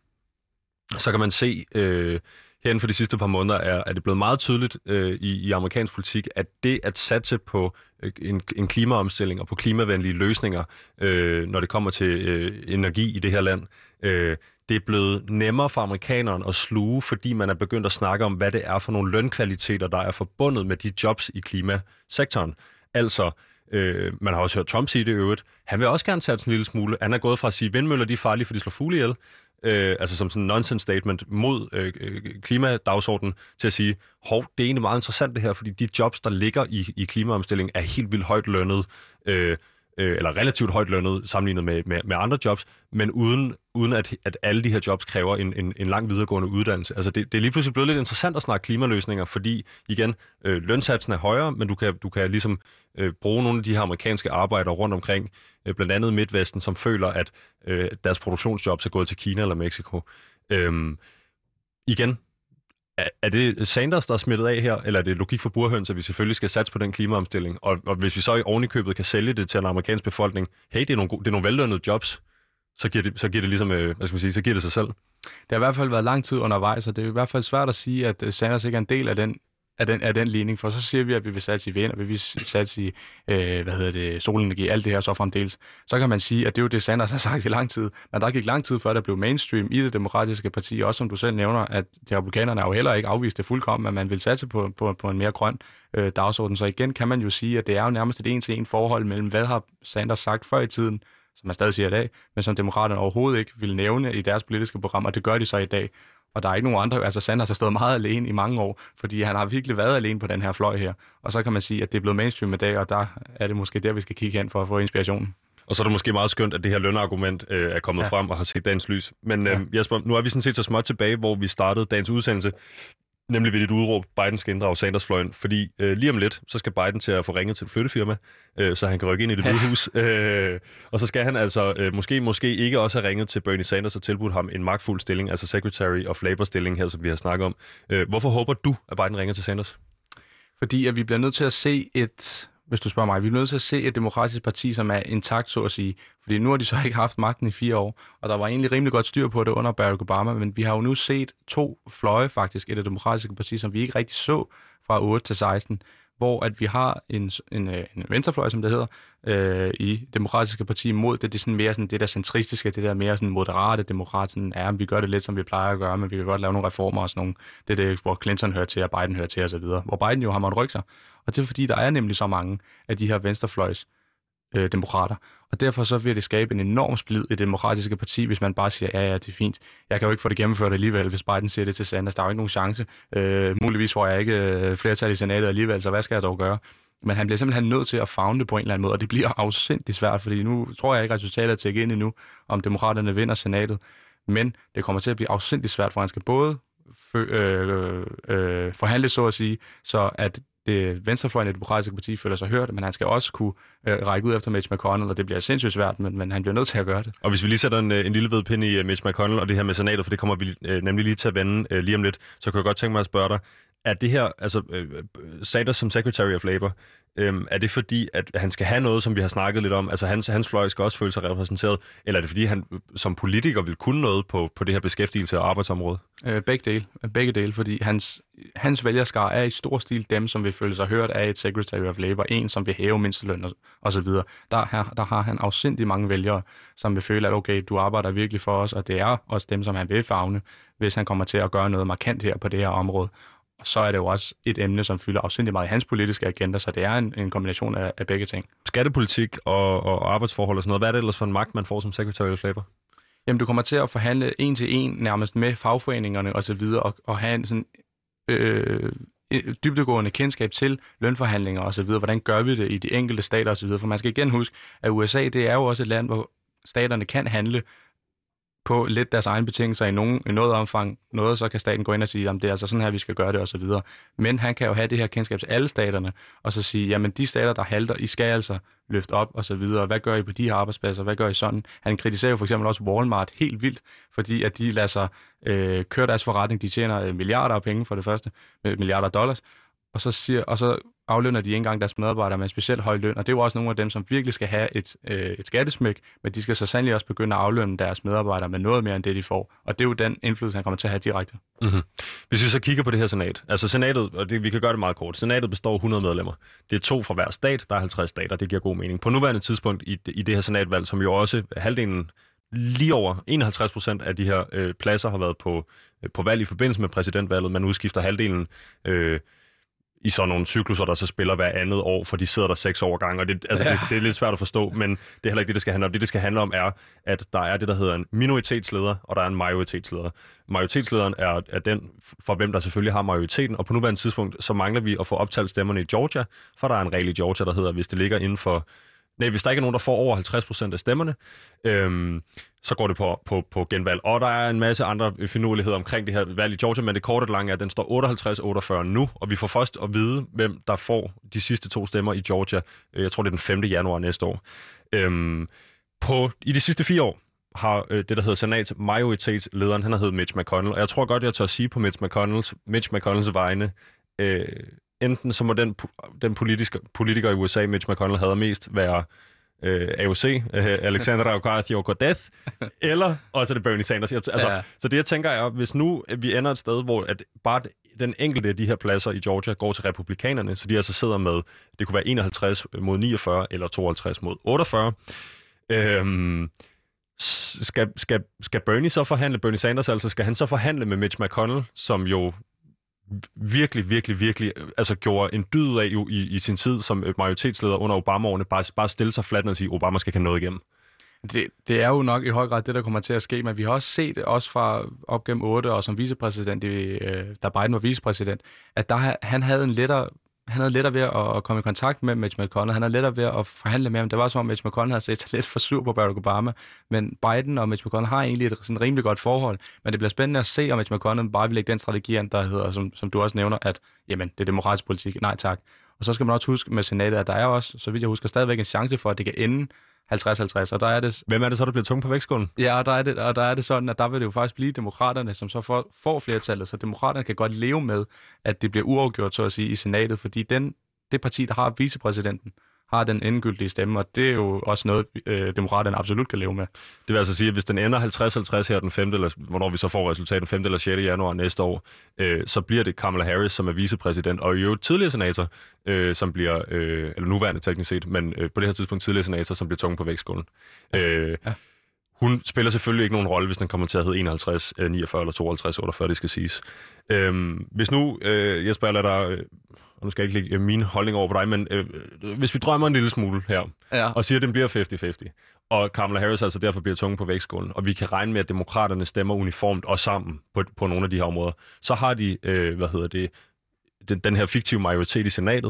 Speaker 1: Så kan man se, øh, herinde for de sidste par måneder, er, er det blevet meget tydeligt øh, i, i amerikansk politik, at det at satse på øh, en, en klimaomstilling og på klimavenlige løsninger, øh, når det kommer til øh, energi i det her land, øh, det er blevet nemmere for amerikanerne at sluge, fordi man er begyndt at snakke om, hvad det er for nogle lønkvaliteter, der er forbundet med de jobs i klimasektoren. Altså, øh, man har også hørt Trump sige det i øvrigt, han vil også gerne satse en lille smule. Han er gået fra at sige, at vindmøller de er farlige, for de slår fugle ihjel, Øh, altså som sådan en nonsense statement mod øh, klimadagsordenen, til at sige, hov, det er egentlig meget interessant det her, fordi de jobs, der ligger i, i klimaomstilling, er helt vildt højt lønnet, øh, øh, eller relativt højt lønnet sammenlignet med, med, med andre jobs, men uden, uden at, at alle de her jobs kræver en, en, en lang videregående uddannelse. Altså det, det er lige pludselig blevet lidt interessant at snakke klimaløsninger, fordi igen, øh, lønsatsen er højere, men du kan, du kan ligesom øh, bruge nogle af de her amerikanske arbejdere rundt omkring, øh, blandt andet Midtvesten, som føler, at øh, deres produktionsjobs er gået til Kina eller Mexico. Øhm, igen, er, er det Sanders, der er smittet af her, eller er det logik for burhøns, at vi selvfølgelig skal satse på den klimaomstilling? Og, og hvis vi så i ovenikøbet kan sælge det til en amerikansk befolkning, hey, det er nogle, det er nogle vellønnede jobs, så giver det, så giver det ligesom, øh, hvad skal man sige, så giver det sig selv. Det
Speaker 2: har i hvert fald været lang tid undervejs, og det er i hvert fald svært at sige, at Sanders ikke er en del af den af den, af den ligning, for så siger vi, at vi vil satse i vind, og vi vil satse i, øh, hvad hedder det, solenergi, alt det her så fremdeles. Så kan man sige, at det er jo det, Sanders har sagt i lang tid, men der gik lang tid før, der blev mainstream i det demokratiske parti, også som du selv nævner, at de republikanerne har jo heller ikke afvist det fuldkommen, at man vil satse på, på, på en mere grøn øh, dagsorden. Så igen kan man jo sige, at det er jo nærmest et en-til-en forhold mellem, hvad har Sanders sagt før i tiden, som man stadig siger i dag, men som demokraterne overhovedet ikke vil nævne i deres politiske program, og det gør de så i dag. Og der er ikke nogen andre, altså Sanders har stået meget alene i mange år, fordi han har virkelig været alene på den her fløj her. Og så kan man sige, at det er blevet mainstream i dag, og der er det måske der, vi skal kigge hen for at få inspirationen.
Speaker 1: Og så er det måske meget skønt, at det her lønargument øh, er kommet ja. frem og har set dagens lys. Men øh, ja. Jesper, nu er vi sådan set så småt tilbage, hvor vi startede dagens udsendelse. Nemlig ved dit udråb, Biden skal inddrage Sanders-fløjen, fordi øh, lige om lidt, så skal Biden til at få ringet til et flyttefirma, øh, så han kan rykke ind i det hvide hus. Øh, og så skal han altså øh, måske måske ikke også have ringet til Bernie Sanders og tilbudt ham en magtfuld stilling, altså Secretary of Labor-stilling her, som vi har snakket om. Øh, hvorfor håber du, at Biden ringer til Sanders?
Speaker 2: Fordi at vi bliver nødt til at se et... Hvis du spørger mig, vi er nødt til at se et demokratisk parti, som er intakt, så at sige. Fordi nu har de så ikke haft magten i fire år, og der var egentlig rimelig godt styr på det under Barack Obama, men vi har jo nu set to fløje faktisk i det demokratiske parti, som vi ikke rigtig så fra otte til seksten, hvor at vi har en, en, en venstrefløj, som det hedder, øh, i demokratiske parti mod det. Det er sådan mere sådan det der centristiske, det der mere sådan moderate demokraten er. Vi gør det lidt, som vi plejer at gøre, men vi kan godt lave nogle reformer og sådan nogle. Det er det, hvor Clinton hører til, og Biden hører til osv. Hvor Biden jo har måttet rykke sig. Og det er fordi, der er nemlig så mange af de her venstrefløjs øh, demokrater. Og derfor så vil det skabe en enorm splid i det demokratiske parti, hvis man bare siger, ja, ja, det er fint. Jeg kan jo ikke få det gennemført alligevel, hvis Biden siger det til Sanders. Der er jo ikke nogen chance. Øh, muligvis får jeg ikke øh, flertal i senatet alligevel, så hvad skal jeg dog gøre? Men han bliver simpelthen nødt til at favne det på en eller anden måde, og det bliver afsindigt svært, fordi nu tror jeg ikke, at resultatet er tækket ind endnu, om demokraterne vinder senatet. Men det kommer til at blive afsindigt svært, for han skal både fø- øh, øh, forhandle, så at sige, så at det venstrefløjen i det demokratiske parti føler sig hørt, men han skal også kunne øh, række ud efter Mitch McConnell, og det bliver sindssygt svært, men, men han bliver nødt til at gøre det.
Speaker 1: Og hvis vi lige sætter en, en lille vedpind i uh, Mitch McConnell og det her med senatet, for det kommer vi uh, nemlig lige til at vende uh, lige om lidt, så kan jeg godt tænke mig at spørge dig, er det her, altså uh, Sanders som Secretary of Labor, um, er det fordi, at han skal have noget, som vi har snakket lidt om, altså hans, hans fløj skal også føle sig repræsenteret, eller er det fordi, han som politiker vil kunne noget på, på det her beskæftigelse- og arbejdsområde?
Speaker 2: Øh, begge dele, begge dele, fordi hans, hans vælgerskare er i stor stil dem, som vil føle sig hørt af et Secretary of Labor, en som vil hæve mindsteløn og, og så videre. Der, her, der har han afsindig mange vælgere, som vil føle, at okay, du arbejder virkelig for os, og det er også dem, som han vil favne, hvis han kommer til at gøre noget markant her på det her område. Og så er det jo også et emne, som fylder afsindig meget i hans politiske agenda, så det er en, en kombination af, af begge ting.
Speaker 1: Skattepolitik og, og arbejdsforhold og sådan noget, hvad er det ellers for en magt, man får som Secretary of Labor?
Speaker 2: Jamen, du kommer til at forhandle en til en nærmest med fagforeningerne og så videre, og, og have en sådan øh, dybdegående kendskab til lønforhandlinger og så videre. Hvordan gør vi det i de enkelte stater og så videre? For man skal igen huske, at U S A, det er jo også et land, hvor staterne kan handle på lidt deres egne betingelser i, nogen, i noget omfang. Noget, så kan staten gå ind og sige, at det er altså sådan her, vi skal gøre det og så videre. Men han kan jo have det her kendskab til alle staterne, og så sige, jamen de stater, der halter, I skal altså løfte op og så videre. Hvad gør I på de her arbejdspladser? Hvad gør I sådan? Han kritiserer jo for eksempel også Walmart helt vildt, fordi at de lader sig øh, køre deres forretning. De tjener milliarder af penge for det første, milliarder af dollars, og så, siger, og så aflønner de ikke engang deres medarbejdere med en specielt høj løn, og det er jo også nogle af dem, som virkelig skal have et, øh, et skattesmæk, men de skal så sandelig også begynde at aflønne deres medarbejdere med noget mere end det, de får. Og det er jo den indflydelse, han kommer til at have direkte.
Speaker 1: Mm-hmm. Hvis vi så kigger på det her senat, altså senatet, og det, vi kan gøre det meget kort, senatet består af hundrede medlemmer. Det er to fra hver stat, der er halvtreds stater, det giver god mening. På nuværende tidspunkt i, i det her senatvalg, som jo også halvdelen, lige over enoghalvtreds procent af de her øh, pladser har været på, øh, på valg i forbindelse med præsidentvalget, man udskifter halvdelen øh, i sådan nogle cykluser, der så spiller hver andet år, for de sidder der seks år gang, og det, altså, ja. det, det er lidt svært at forstå, men det er heller ikke det, det skal handle om. Det, det skal handle om, er, at der er det, der hedder en minoritetsleder, og der er en majoritetsleder. Majoritetslederen er, er den, for hvem der selvfølgelig har majoriteten, og på nuværende tidspunkt, så mangler vi at få optalt stemmerne i Georgia, for der er en regel i Georgia, der hedder, hvis det ligger inden for Nej, hvis der ikke er nogen, der får over halvtreds procent af stemmerne, øhm, så går det på, på, på genvalg. Og der er en masse andre finurligheder omkring det her valg i Georgia, men det korte og lange er, at den står otteoghalvtreds otteogfyrre nu, og vi får først at vide, hvem der får de sidste to stemmer i Georgia. Jeg tror, det er den femte januar næste år. Øhm, på, I de sidste fire år har øh, det, der hedder senats majoritetslederen, han har heddet Mitch McConnell, og jeg tror godt, jeg tør sige på Mitch McConnells, Mitch McConnells vegne, øh, enten så må den, den politiske, politiker i U S A, Mitch McConnell, havde mest være øh, A O C, øh, Alexandria Ocasio-Cortez, eller også er det Bernie Sanders. Altså, ja. Så det, jeg tænker er, hvis nu vi ender et sted, hvor at bare den enkelte af de her pladser i Georgia går til republikanerne, så de altså sidder med, det kunne være enoghalvtreds mod niogfyrre, eller tooghalvtreds mod otteogfyrre, øhm, skal, skal, skal Bernie så forhandle, Bernie Sanders altså, skal han så forhandle med Mitch McConnell, som jo virkelig, virkelig, virkelig altså gjorde en dyd af jo i, i sin tid som majoritetsleder under Obama-årene, bare, bare stille sig fladt og sige, at Obama skal have noget igennem.
Speaker 2: Det, det er jo nok i høj grad det, der kommer til at ske, men vi har også set, også fra op gennem otte og som vicepræsident, øh, da Biden var vicepræsident, at der, han havde en lettere han havde lettere ved at, at komme i kontakt med Mitch McConnell. Han havde lettere ved at forhandle med ham. Det var som om Mitch McConnell havde set sig lidt for sur på Barack Obama. Men Biden og Mitch McConnell har egentlig et sådan rimelig godt forhold. Men det bliver spændende at se, om Mitch McConnell bare vil lægge den strategi an, der hedder, som, som du også nævner, at jamen, det er demokratisk politik. Nej tak. Og så skal man også huske med senatet, at der er også, så vidt jeg husker, stadigvæk en chance for, at det kan ende halvtreds halvtreds, og der er det...
Speaker 1: Hvem er det så, der bliver tunge på vægtskålen?
Speaker 2: Ja, og der er det, og der er det sådan, at der vil det jo faktisk blive demokraterne, som så får, får flertallet, så demokraterne kan godt leve med, at det bliver uafgjort, så at sige, i senatet, fordi den, det parti, der har vicepræsidenten, har den endegyldige stemme, og det er jo også noget, øh, demokraterne absolut kan leve med.
Speaker 1: Det vil altså sige, at hvis den ender halvtreds halvtreds her den femte, eller hvornår vi så får resultatet den femte eller sjette januar næste år, øh, så bliver det Kamala Harris, som er vicepræsident, og jo tidligere senator, øh, som bliver, øh, eller nuværende teknisk set, men øh, på det her tidspunkt tidligere senator, som bliver tunge på vægtskålen. Øh, ja. Hun spiller selvfølgelig ikke nogen rolle, hvis den kommer til at hedde enoghalvtreds, niogfyrre eller tooghalvtreds, otteogfyrre, det skal siges. Øhm, hvis nu, øh, Jesper, jeg lader dig, øh, og nu skal jeg ikke lægge min holdning over på dig, men øh, hvis vi drømmer en lille smule her, ja. og siger, at den bliver halvtreds halvtreds, og Kamala Harris altså derfor bliver tunge på vægtskålen, og vi kan regne med, at demokraterne stemmer uniformt og sammen på, på nogle af de her områder, så har de, øh, hvad hedder det, den, den her fiktive majoritet i senatet.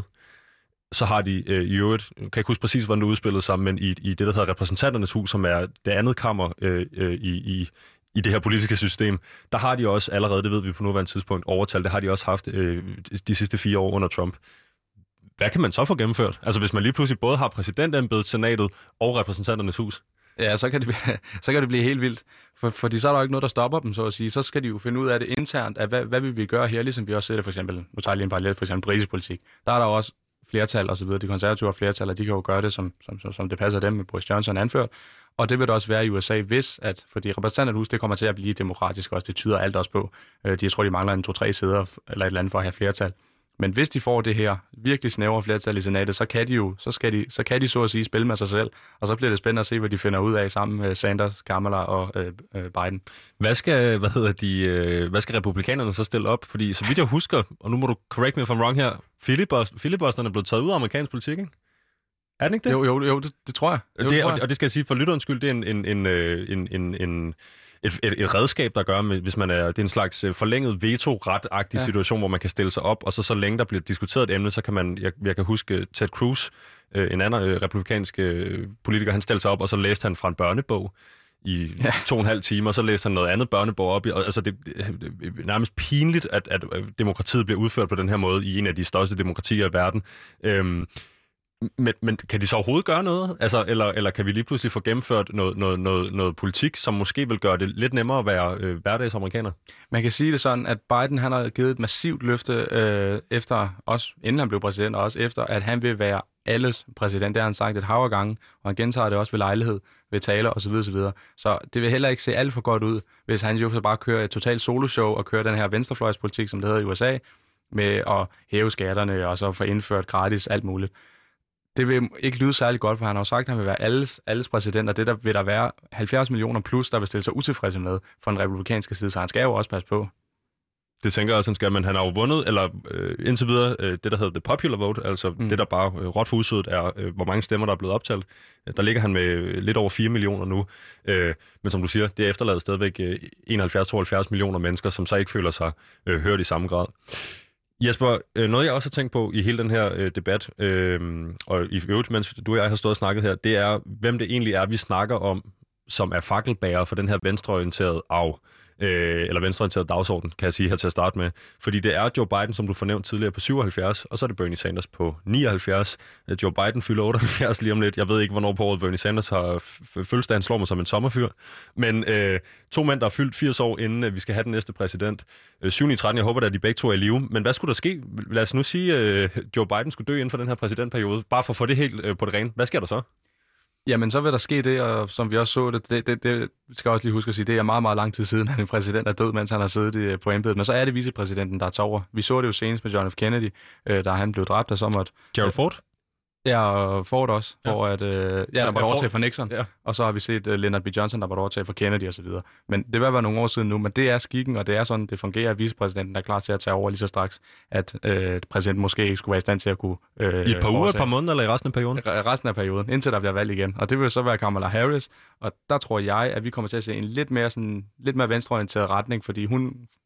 Speaker 1: Så har de øh, i øvrigt, jeg kan ikke huske præcis, hvordan det udspillede sig, men i, i det, der hedder repræsentanternes hus, som er det andet kammer øh, øh, i, i, i det her politiske system, der har de også allerede, det ved vi på nuværende tidspunkt, overtalt, det har de også haft øh, de sidste fire år under Trump. Hvad kan man så få gennemført? Altså hvis man lige pludselig både har præsidentembedet, senatet og repræsentanternes hus?
Speaker 2: Ja, så kan det, så kan det blive helt vildt, for, fordi så er der jo ikke noget, der stopper dem, så at sige. Så skal de jo finde ud af det internt, at hvad, hvad vil vi gøre her, ligesom vi også ser det for eksempel, nu tager jeg lige en parallel, for eksempel britisk politik. Der er der også flertal og så videre. De konservative flertal, de kan jo gøre det, som, som, som det passer dem, med Boris Johnson anført. Og det vil det også være i U S A, hvis, at, fordi repræsentanterhus, det kommer til at blive demokratisk også. Det tyder alt også på. De, jeg tror, de mangler en to-tre sæder eller et eller andet for at have flertal. Men hvis de får det her virkelig snævre flertal i senatet, så kan de jo, så skal de, så kan de så at sige spille med sig selv, og så bliver det spændende at se, hvad de finder ud af sammen med Sanders, Kamala og øh, øh, Biden.
Speaker 1: Hvad skal, hvad hedder de, øh, hvad skal republikanerne så stille op? Fordi så vidt jeg husker, og nu må du correct me if I'm wrong her, filibusteren er blevet taget ud af amerikansk politik, ikke? Er den ikke det?
Speaker 2: Jo, jo, jo det, det tror jeg. Jo,
Speaker 1: det,
Speaker 2: tror jeg.
Speaker 1: Og, og det skal jeg sige, for lytterens skyld, det er en, en, en, en, en, en Et, et, et redskab, der gør, med, hvis man er, det er en slags forlænget veto-ret-agtig ja. situation, hvor man kan stille sig op, og så så længe der bliver diskuteret et emne, så kan man, jeg, jeg kan huske Ted Cruz, øh, en anden øh, republikansk øh, politiker, han stillede sig op, og så læste han fra en børnebog i ja. to og en halv time, og så læste han noget andet børnebog op. Og, altså det, det er nærmest pinligt, at, at demokratiet bliver udført på den her måde i en af de største demokratier i verden. Øhm, Men, men kan de så overhovedet gøre noget? Altså, eller, eller kan vi lige pludselig få gennemført noget, noget, noget, noget politik, som måske vil gøre det lidt nemmere at være øh, hverdagsamerikaner?
Speaker 2: Man kan sige det sådan, at Biden han har givet et massivt løfte øh, efter, også inden han blev præsident, og også efter, at han vil være alles præsident. Det har han sagt et hav af gange, og han gentager det også ved lejlighed, ved taler osv. osv. Så det vil heller ikke se alt for godt ud, hvis han jo så bare kører et totalt soloshow og kører den her venstrefløjspolitik, som det hedder i U S A, med at hæve skatterne og så få indført gratis alt muligt. Det vil ikke lyde særlig godt, for han har jo sagt, at han vil være alles, alles præsident, og det der vil der være halvfjerds millioner plus, der vil stille sig utilfredse med fra den republikanske side, så han skal jo også passe på.
Speaker 1: Det tænker jeg også, han skal, men han har jo vundet, eller øh, indtil videre, øh, det der hedder the popular vote, altså mm. det der bare øh, råt for usødet er, øh, hvor mange stemmer, der er blevet optalt. Der ligger han med lidt over fire millioner nu, øh, men som du siger, det er efterladet stadigvæk øh, enoghalvfjerds til tooghalvfjerds millioner mennesker, som så ikke føler sig øh, hørt i samme grad. Jesper, noget jeg også har tænkt på i hele den her øh, debat, øh, og i øvrigt, mens du og jeg har stået og snakket her, det er, hvem det egentlig er, vi snakker om, som er fakkelbærer for den her venstreorienterede arv, øh, eller venstreorienterede dagsorden, kan jeg sige her til at starte med. Fordi det er Joe Biden, som du fornævnte tidligere, på syvoghalvfjerds, og så er det Bernie Sanders på nioghalvfjerds. Joe Biden fylder otteoghalvfjerds lige om lidt. Jeg ved ikke, hvornår på året Bernie Sanders har fødselsdag. Han slår mig som en sommerfyr. Men øh, to mænd, der har fyldt firs år, inden øh, vi skal have den næste præsident. Øh, syv ni tretten, jeg håber, at de begge to er i live. Men hvad skulle der ske? Lad os nu sige, at øh, Joe Biden skulle dø inden for den her præsidentperiode. Bare for at få det helt øh, på det rene. Hvad sker der så?
Speaker 2: Jamen, så vil der ske det, og som vi også så det, det, det, det skal jeg også lige huske at sige, det er meget, meget lang tid siden, at en præsident er død, mens han har siddet på embedet. Men så er det vicepræsidenten, der tager over. Vi så det jo senest med John F. Kennedy, øh, da han blev dræbt, og så måtte...
Speaker 1: Gerald Ford?
Speaker 2: Ja, og Ford også, ja. hvor at, øh, ja, der var overtaget for Nixon, ja. Og så har vi set uh, Lyndon B. Johnson, der var overtaget for Kennedy osv. Men det vil være nogle år siden nu, men det er skikken, og det er sådan, det fungerer, at vicepræsidenten er klar til at tage over lige så straks, at øh, præsidenten måske ikke skulle være i stand til at kunne... Øh,
Speaker 1: I et par uger, et par måneder, eller i resten af perioden?
Speaker 2: I resten af perioden, indtil der bliver valg igen. Og det vil så være Kamala Harris, og der tror jeg, at vi kommer til at se en lidt mere, sådan, lidt mere venstreorienteret retning, fordi hun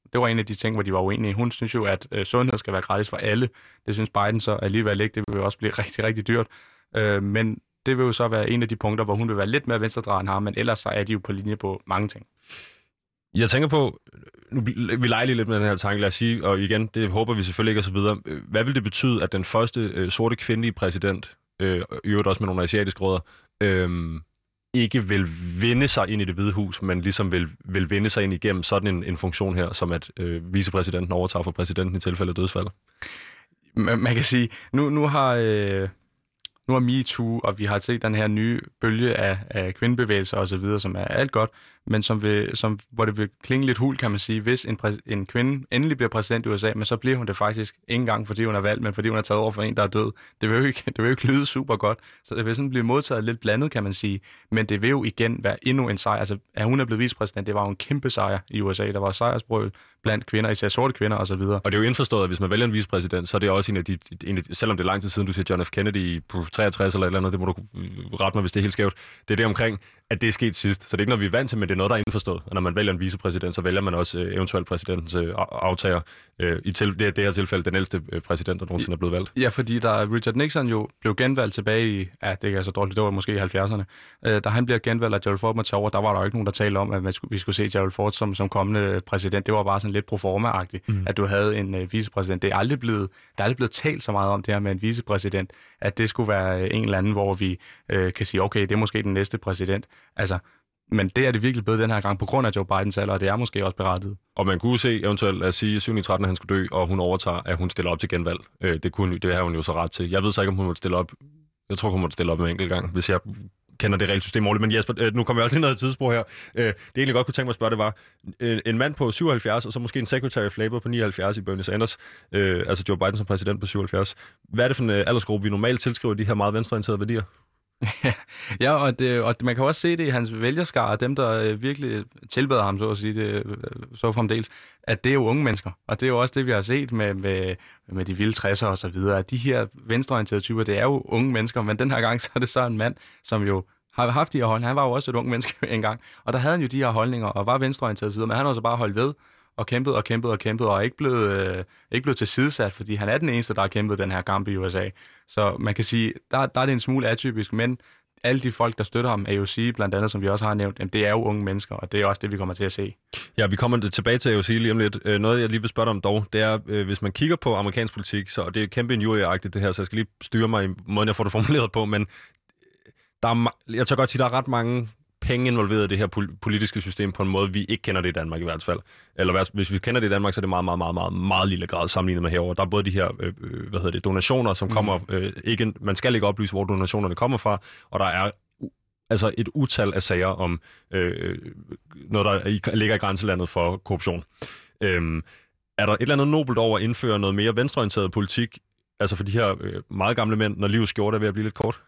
Speaker 2: det var en af de ting, hvor de var uenige. Hun synes jo, at øh, sundhed skal være gratis for alle. Det synes Biden så alligevel ikke. Det vil jo også blive rigtig, rigtig dyrt. Øh, men det vil jo så være en af de punkter, hvor hun vil være lidt mere venstredrejet end ham, men ellers så er de jo på linje på mange ting.
Speaker 1: Jeg tænker på, nu vi leger lige lidt med den her tanke, lad os sige, og igen, det håber vi selvfølgelig ikke og så videre. Hvad vil det betyde, at den første øh, sorte kvindelige præsident, øh, i øvrigt også med nogle asiatiske rødder, øh, ikke vil vinde sig ind i Det Hvide Hus, men ligesom vil, vil vinde sig ind igennem sådan en, en funktion her, som at øh, vicepræsidenten overtager for præsidenten i tilfælde af dødsfald?
Speaker 2: Man, man kan sige, nu, nu har... Øh... Nu er MeToo, og vi har set den her nye bølge af, af kvindebevægelser og så videre, som er alt godt, men som vil, som, hvor det vil klinge lidt hul, kan man sige, hvis en, præ, en kvinde endelig bliver præsident i U S A, men så bliver hun det faktisk ikke engang, fordi hun er valgt, men fordi hun er taget over for en, der er død. Det vil jo ikke, det vil jo ikke lyde super godt, så det vil sådan blive modtaget lidt blandet, kan man sige, men det vil jo igen være endnu en sejr. Altså, at hun er blevet vicepræsident, det var jo en kæmpe sejr i U S A. Der var sejrsbrøl blandt kvinder, især sorte kvinder og så videre.
Speaker 1: Og det er jo indforstået, at hvis man vælger en vicepræsident, så er det også en af de, en af de selvom det er lang tid siden, du siger John F. Kennedy på treogtres eller et eller andet, det må du rette mig, hvis det er helt skævt. Det er det omkring, at det er sket sidst. Så det er ikke noget, vi er vant til, men det er noget, der er indforstået. Og når man vælger en vicepræsident, så vælger man også øh, eventuelt præsidentens øh, aftager. Øh, I til, det, det her tilfælde den ældste øh, præsident, der nogensinde er blevet valgt.
Speaker 2: Ja, fordi da Richard Nixon jo blev genvalgt tilbage i, ja, det er så dårligt, det var måske i halvfjerdserne, øh, da han bliver genvalgt af Gerald Ford måtte tage over, der var der jo ikke nogen, der talte om, at man skulle, vi skulle se Gerald Ford som, som kommende præsident. Det var bare sådan lidt proforma-agtigt, mm. at du havde en øh, vicepræsident. Det er aldrig blevet, der er aldrig blevet talt så meget om det her med en vicepræsident, at det skulle være øh, en eller anden, hvor vi øh, kan sige, okay, det er måske den næste præsident. Altså, men det er det virkelig blevet den her gang på grund af Joe Bidens alder, og det er måske også berettiget. Og
Speaker 1: man kunne se eventuelt at sige syv tretten, at han skulle dø, og hun overtager, at hun stiller op til genvalg. Det, kunne, det har hun jo så ret til. Jeg ved så ikke, om hun måtte stille op. Jeg tror, hun måtte stille op en enkelt gang, hvis jeg kender det regelsystem ordentligt. Men Jesper, nu kommer jeg også lige noget i tidsspor her. Det jeg egentlig godt kunne tænke mig at spørge, det var en mand på syvoghalvfjerds, og så måske en Secretary of Labor på nioghalvfjerds i Bernie Sanders, altså Joe Biden som præsident på syvoghalvfjerds. Hvad er det for en aldersgruppe, vi normalt tilskriver de her meget venstreorienterede værdier?
Speaker 2: Ja, og, det, og man kan også se det i hans vælgerskare, dem der virkelig tilbeder ham, så at sige det, så fremdeles, at det er jo unge mennesker. Og det er jo også det, vi har set med, med, med de vilde tresser og så videre, at de her venstreorienterede typer, det er jo unge mennesker, men den her gang, så er det så en mand, som jo har haft de her holdninger. Han var jo også et ung menneske engang, og der havde han jo de her holdninger, og var venstreorienteret og så videre, men han har så bare holdt ved, og kæmpet og kæmpet og kæmpet, og er ikke blevet, øh, ikke blevet tilsidesat, fordi han er den eneste, der har kæmpet den her kamp i U S A. Så man kan sige, der, der er det en smule atypisk, men alle de folk, der støtter ham, A O C blandt andet, som vi også har nævnt, jamen, det er jo unge mennesker, og det er også det, vi kommer til at se.
Speaker 1: Ja, vi kommer tilbage til A O C lige om lidt. Noget, jeg lige vil spørge dig om dog, det er, hvis man kigger på amerikansk politik, så det er kæmpe injurieagtigt det her, så jeg skal lige styre mig i måden, jeg får det formuleret på, men der er, jeg tør godt sige, der er ret mange penge involveret i det her politiske system på en måde, vi ikke kender det i Danmark i hvert fald. Eller hvis vi kender det i Danmark, så er det meget, meget, meget, meget, meget lille grad sammenlignet med herover. Der er både de her øh, hvad hedder det, donationer, som mm. kommer... Øh, ikke, man skal ikke oplyse, hvor donationerne kommer fra, og der er altså et utal af sager om øh, noget, der ligger i grænselandet for korruption. Øhm, er der et eller andet nobelt over at indføre noget mere venstreorienteret politik, altså for de her øh, meget gamle mænd, når livets skjorte er ved at blive lidt kort?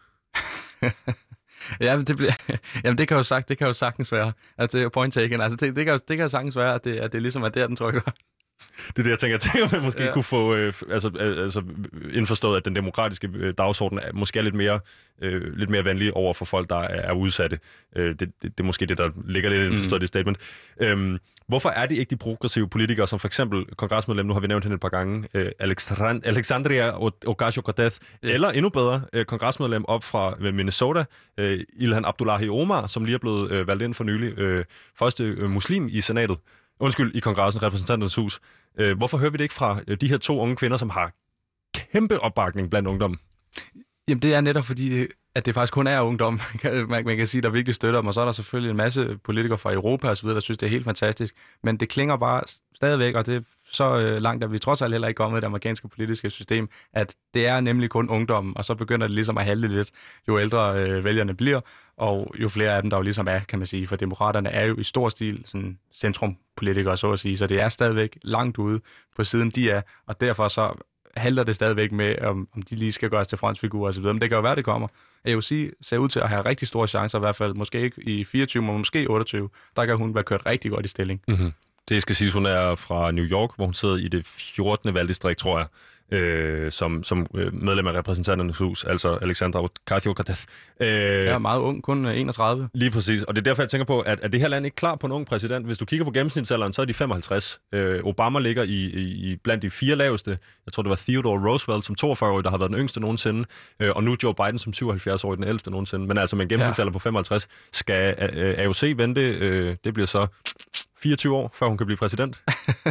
Speaker 2: Ja, det, bliver, jamen det kan jo sagt, det kan jo sagtens være, at det er point taken. Altså det, det kan jo, det kan jo sagtens være, at det, at det ligesom er der, den trykker.
Speaker 1: Det er det, jeg tænker. Jeg tænker, at man måske ja. kunne få øh, altså, altså, indforstået, at den demokratiske øh, dagsorden er måske er lidt mere, øh, lidt mere venlig over for folk, der er, er udsatte. Øh, det, det, det er måske det, der ligger lidt indforstået mm. i statement. Øhm, hvorfor er det ikke de progressive politikere, som for eksempel kongresmedlem, nu har vi nævnt hende et par gange, øh, Alexandria Ocasio-Cortez, yes. eller endnu bedre, øh, kongresmedlem op fra Minnesota, øh, Ilhan Abdullahi Omar, som lige er blevet øh, valgt ind for nylig, øh, første øh, muslim i senatet, Undskyld, i kongressen, repræsentanternes hus. Øh, hvorfor hører vi det ikke fra de her to unge kvinder, som har kæmpe opbakning blandt ungdommen?
Speaker 2: Jamen det er netop fordi, at det faktisk kun er ungdom. Man, man kan sige, der virkelig støtter dem, og så er der selvfølgelig en masse politikere fra Europa og så videre, der synes, det er helt fantastisk. Men det klinger bare stadigvæk, og det er så øh, langt, at vi trods alt heller ikke kommet i det amerikanske politiske system, at det er nemlig kun ungdommen, og så begynder det ligesom at halde lidt, jo ældre øh, vælgerne bliver, og jo flere af dem, der jo ligesom er, kan man sige, for demokraterne er jo i stor stil sådan centrumpolitikere, så at sige, så det er stadigvæk langt ude på siden, de er, og derfor så halter det stadigvæk med, om, om de lige skal gøres til frontsfigurer og så videre. Men det kan jo være, det kommer. A O C ser ud til at have rigtig store chancer, i hvert fald måske ikke i fireogtyve, men måske otteogtyve. Der kan hun være kørt rigtig godt i stilling.
Speaker 1: Mm-hmm. Det skal siges, hun er fra New York, hvor hun sidder i det fjortende valgdistrikt, tror jeg. øh, som, som medlem af repræsentanternes hus, altså Alexandra Ocasio-Cortez. Øh,
Speaker 2: Jeg er meget ung, kun enogtredive.
Speaker 1: Lige præcis, og det er derfor, jeg tænker på, at er det her land ikke klar på en ung præsident? Hvis du kigger på gennemsnitsalderen, så er de femoghalvtreds. Øh, Obama ligger i, i, blandt de fire laveste. Jeg tror, det var Theodore Roosevelt som toogfyrre-årig, der har været den yngste nogensinde, øh, og nu Joe Biden som syvoghalvfjerds-årig, den ældste nogensinde. Men altså med en gennemsnitsalder ja. på femoghalvtreds, skal øh, A O C vente, øh, det bliver så fireogtyve år, før hun kan blive præsident?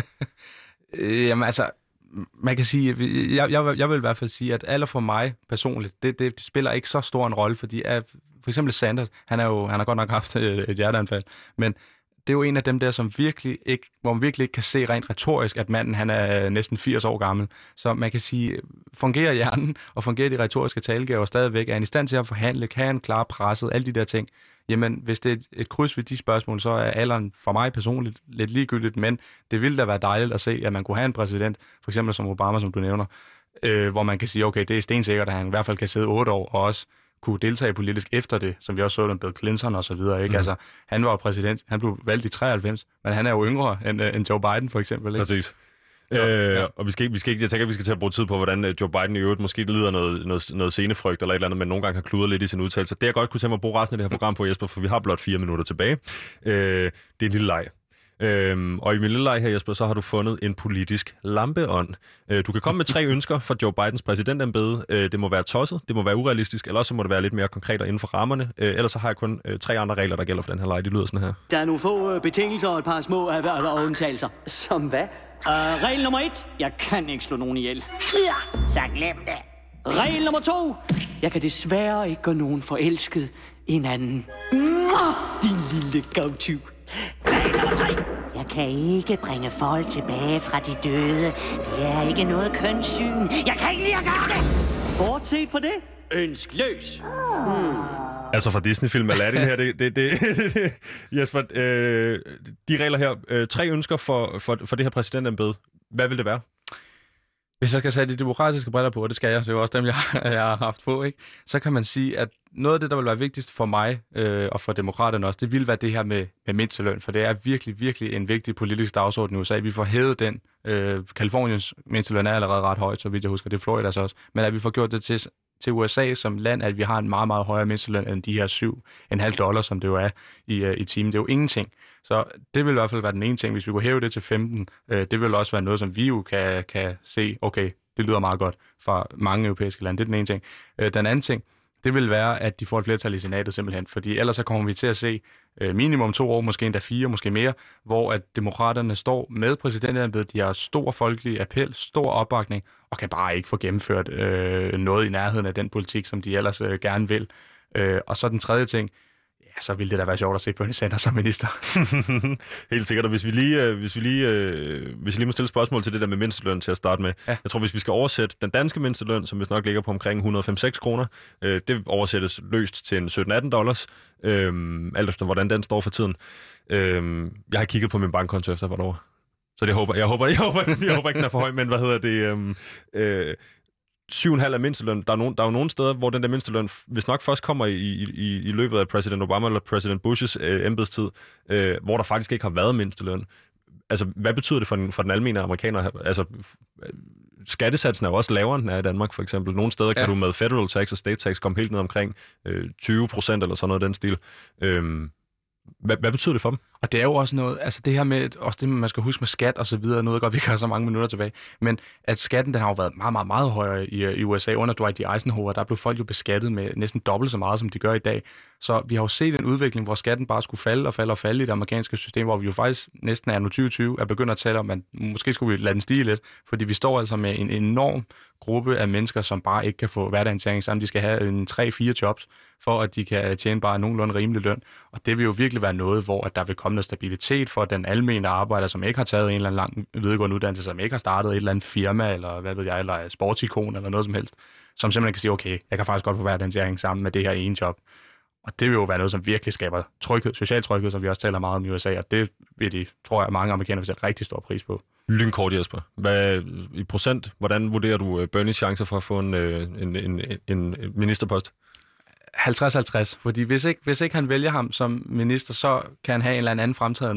Speaker 2: Jamen altså, man kan sige, jeg, jeg, jeg vil i hvert fald sige, at alder for mig personligt, det, det spiller ikke så stor en rolle, fordi at, for eksempel Sanders, han, er jo, han har godt nok haft et, et hjerteanfald, men det er jo en af dem der, som virkelig ikke, hvor man virkelig ikke kan se rent retorisk, at manden han er næsten firs år gammel. Så man kan sige, fungerer hjernen og fungerer de retoriske talegaver stadigvæk, er han i stand til at forhandle, kan han klare presset, alle de der ting. Jamen, hvis det er et kryds ved de spørgsmål, så er alderen for mig personligt lidt ligegyldigt, men det ville da være dejligt at se, at man kunne have en præsident, for eksempel som Obama, som du nævner, øh, hvor man kan sige, okay, det er stensikkert, at han i hvert fald kan sidde otte år, og også kunne deltage politisk efter det, som vi også så med Bill Clinton og så videre, ikke? Mm. Altså, han var jo præsident, han blev valgt i treoghalvfems, men han er jo yngre end, end Joe Biden, for eksempel, ikke?
Speaker 1: Præcis. Så, øh, ja. Og vi skal, vi skal ikke, jeg tænker, at vi skal til at bruge tid på, hvordan Joe Biden i øvrigt måske lider noget, noget, noget scenefrygt eller et eller andet, men nogle gange har kludret lidt i sin udtalelse. Det jeg godt kunne tænke mig at bruge resten af det her program på, Jesper, for vi har blot fire minutter tilbage. Øh, det er en lille leg. Øhm, og i min lille leg her, Jesper, så har du fundet en politisk lampeånd. Øh, du kan komme med tre ønsker for Joe Bidens præsidentembede. Øh, det må være tosset, det må være urealistisk, eller så må det være lidt mere konkret og inden for rammerne. Øh, ellers så har jeg kun øh, tre andre regler, der gælder for den her leg. De lyder sådan her.
Speaker 4: Der er nogle få øh, betingelser og et par små øh, øh, undtagelser.
Speaker 5: Som hvad?
Speaker 4: Uh, regel nummer et. Jeg kan ikke slå nogen ihjel.
Speaker 5: Ja, så glem det.
Speaker 4: Regel nummer to. Jeg kan desværre ikke gøre nogen forelsket i hinanden. Din lille gavtyv.
Speaker 5: Regel nummer tre. Jeg kan ikke bringe folk tilbage fra de døde. Det er ikke noget kønssyn. Jeg kan ikke lide at gøre det.
Speaker 4: Bortset fra det, ønsk løs.
Speaker 1: Hmm. Altså fra Disney-film Aladdin her, det, det, det, det Jesper, øh, de regler her, øh, tre ønsker for, for, for det her præsidentembede. Hvad vil det være?
Speaker 2: Hvis jeg skal sætte de demokratiske briller på, og det skal jeg, det er jo også dem, jeg, jeg har haft på, ikke? Så kan man sige, at noget af det, der vil være vigtigst for mig øh, og for demokraterne også, det vil være det her med, med mindsteløn, for det er virkelig, virkelig en vigtig politisk dagsorden i U S A. Vi får hævet den. Øh, Kaliforniens mindsteløn er allerede ret højt, så vidt jeg husker, det er Floridas også. Men at vi får gjort det til, til U S A som land, at vi har en meget, meget højere mindsteløn end de her syv komma fem dollar, som det jo er i, uh, i timen. Det er jo ingenting. Så det vil i hvert fald være den ene ting. Hvis vi kunne hæve det til femten, øh, det vil også være noget, som vi jo kan, kan se, okay, det lyder meget godt fra mange europæiske lande. Det er den ene ting. Øh, den anden ting, det vil være, at de får et flertal i senatet simpelthen, fordi ellers så kommer vi til at se øh, minimum to år, måske endda fire, måske mere, hvor at demokraterne står med præsidentembedet, de har stor folkelig appel, stor opbakning, og kan bare ikke få gennemført øh, noget i nærheden af den politik, som de ellers øh, gerne vil. Øh, og så den tredje ting, ja, så ville det da være sjovt at se Bernie Sanders som minister.
Speaker 1: Helt sikkert, og hvis vi lige, øh, hvis vi lige, øh, hvis vi lige må stille spørgsmål til det der med mindsteløn til at starte med. Ja. Jeg tror, hvis vi skal oversætte den danske mindsteløn, som hvis nok ligger på omkring et hundrede og fem til seks kroner, øh, det oversættes løst til en sytten atten dollars, øh, alt efter hvordan den står for tiden. Øh, jeg har kigget på min bankkonto efter, hvornår. Så det håber, jeg håber, jeg håber, jeg håber, jeg håber ikke, den er for høj, men hvad hedder det? Øh, øh, syv komma fem af mindsteløn. Der er, nogen, der er jo nogle steder, hvor den der mindsteløn, hvis nok først kommer i, i, i løbet af præsident Obama eller præsident Bushes øh, embedstid, øh, hvor der faktisk ikke har været mindsteløn. Altså, hvad betyder det for den, for den almene amerikaner? Altså, skattesatsen er jo også lavere, end er i Danmark, for eksempel. Nogle steder kan ja. du med federal tax og state tax komme helt ned omkring øh, tyve procent eller sådan noget af den stil. Øh, Hvad, hvad betyder det for dem?
Speaker 2: Og det er jo også noget, altså det her med, også det man skal huske med skat og så videre, noget godt, vi ikke har så mange minutter tilbage, men at skatten, den har jo været meget, meget, meget højere i, i U S A under Dwight D. Eisenhower, der blev folk jo beskattet med næsten dobbelt så meget, som de gør i dag. Så vi har jo set en udvikling, hvor skatten bare skulle falde og falde og falde i det amerikanske system, hvor vi jo faktisk næsten er nu tyve tyve er begyndt at tale om, at måske skulle vi lade den stige lidt, fordi vi står altså med en enorm gruppe af mennesker, som bare ikke kan få hverdagen til at hænge sammen. De skal have en tre fire jobs, for at de kan tjene bare nogenlunde rimelig løn. Og det vil jo virkelig være noget, hvor at der vil komme noget stabilitet for den almene arbejder, som ikke har taget en eller anden lang videregående uddannelse, som ikke har startet et eller andet firma, eller hvad ved jeg, eller sportsikon, eller noget som helst, som simpelthen kan sige, okay, jeg kan faktisk godt få hverdagen til at hænge sammen med det her ene job. Og det vil jo være noget, som virkelig skaber tryghed, social tryghed, som vi også taler meget om i U S A, og det vil de, tror jeg, mange amerikanere vil sætte rigtig stor pris på.
Speaker 1: Lynkort, Jesper. Hvad, i procent, hvordan vurderer du Bernies chancer for at få en, en, en, en ministerpost?
Speaker 2: halvtreds halvtreds, fordi hvis ikke, hvis ikke han vælger ham som minister, så kan han have en eller anden fremtrædende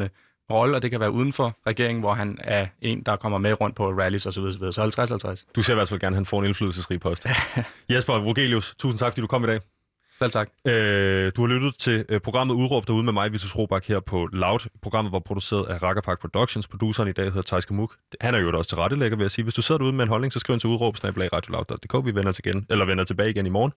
Speaker 2: rolle, og det kan være uden for regeringen, hvor han er en, der kommer med rundt på rallies osv. Så, så halvtreds halvtreds.
Speaker 1: Du ser i hvert fald gerne, at han får en indflydelsesrig post. Jesper Vogelius, tusind tak, fordi du kom i dag.
Speaker 2: Selv tak.
Speaker 1: Øh, du har lyttet til øh, programmet Udråb derude med mig, Vitus Robak, her på Loud. Programmet var produceret af Rakkerpark Productions. Produceren i dag hedder Theis Kamuk. Han er jo også tilrettelægger, vil jeg sige. Hvis du sidder derude med en holdning, så skriv ind til udråb snabel-a radioloud punktum d k. Vi vender, til igen, eller vender tilbage igen i morgen.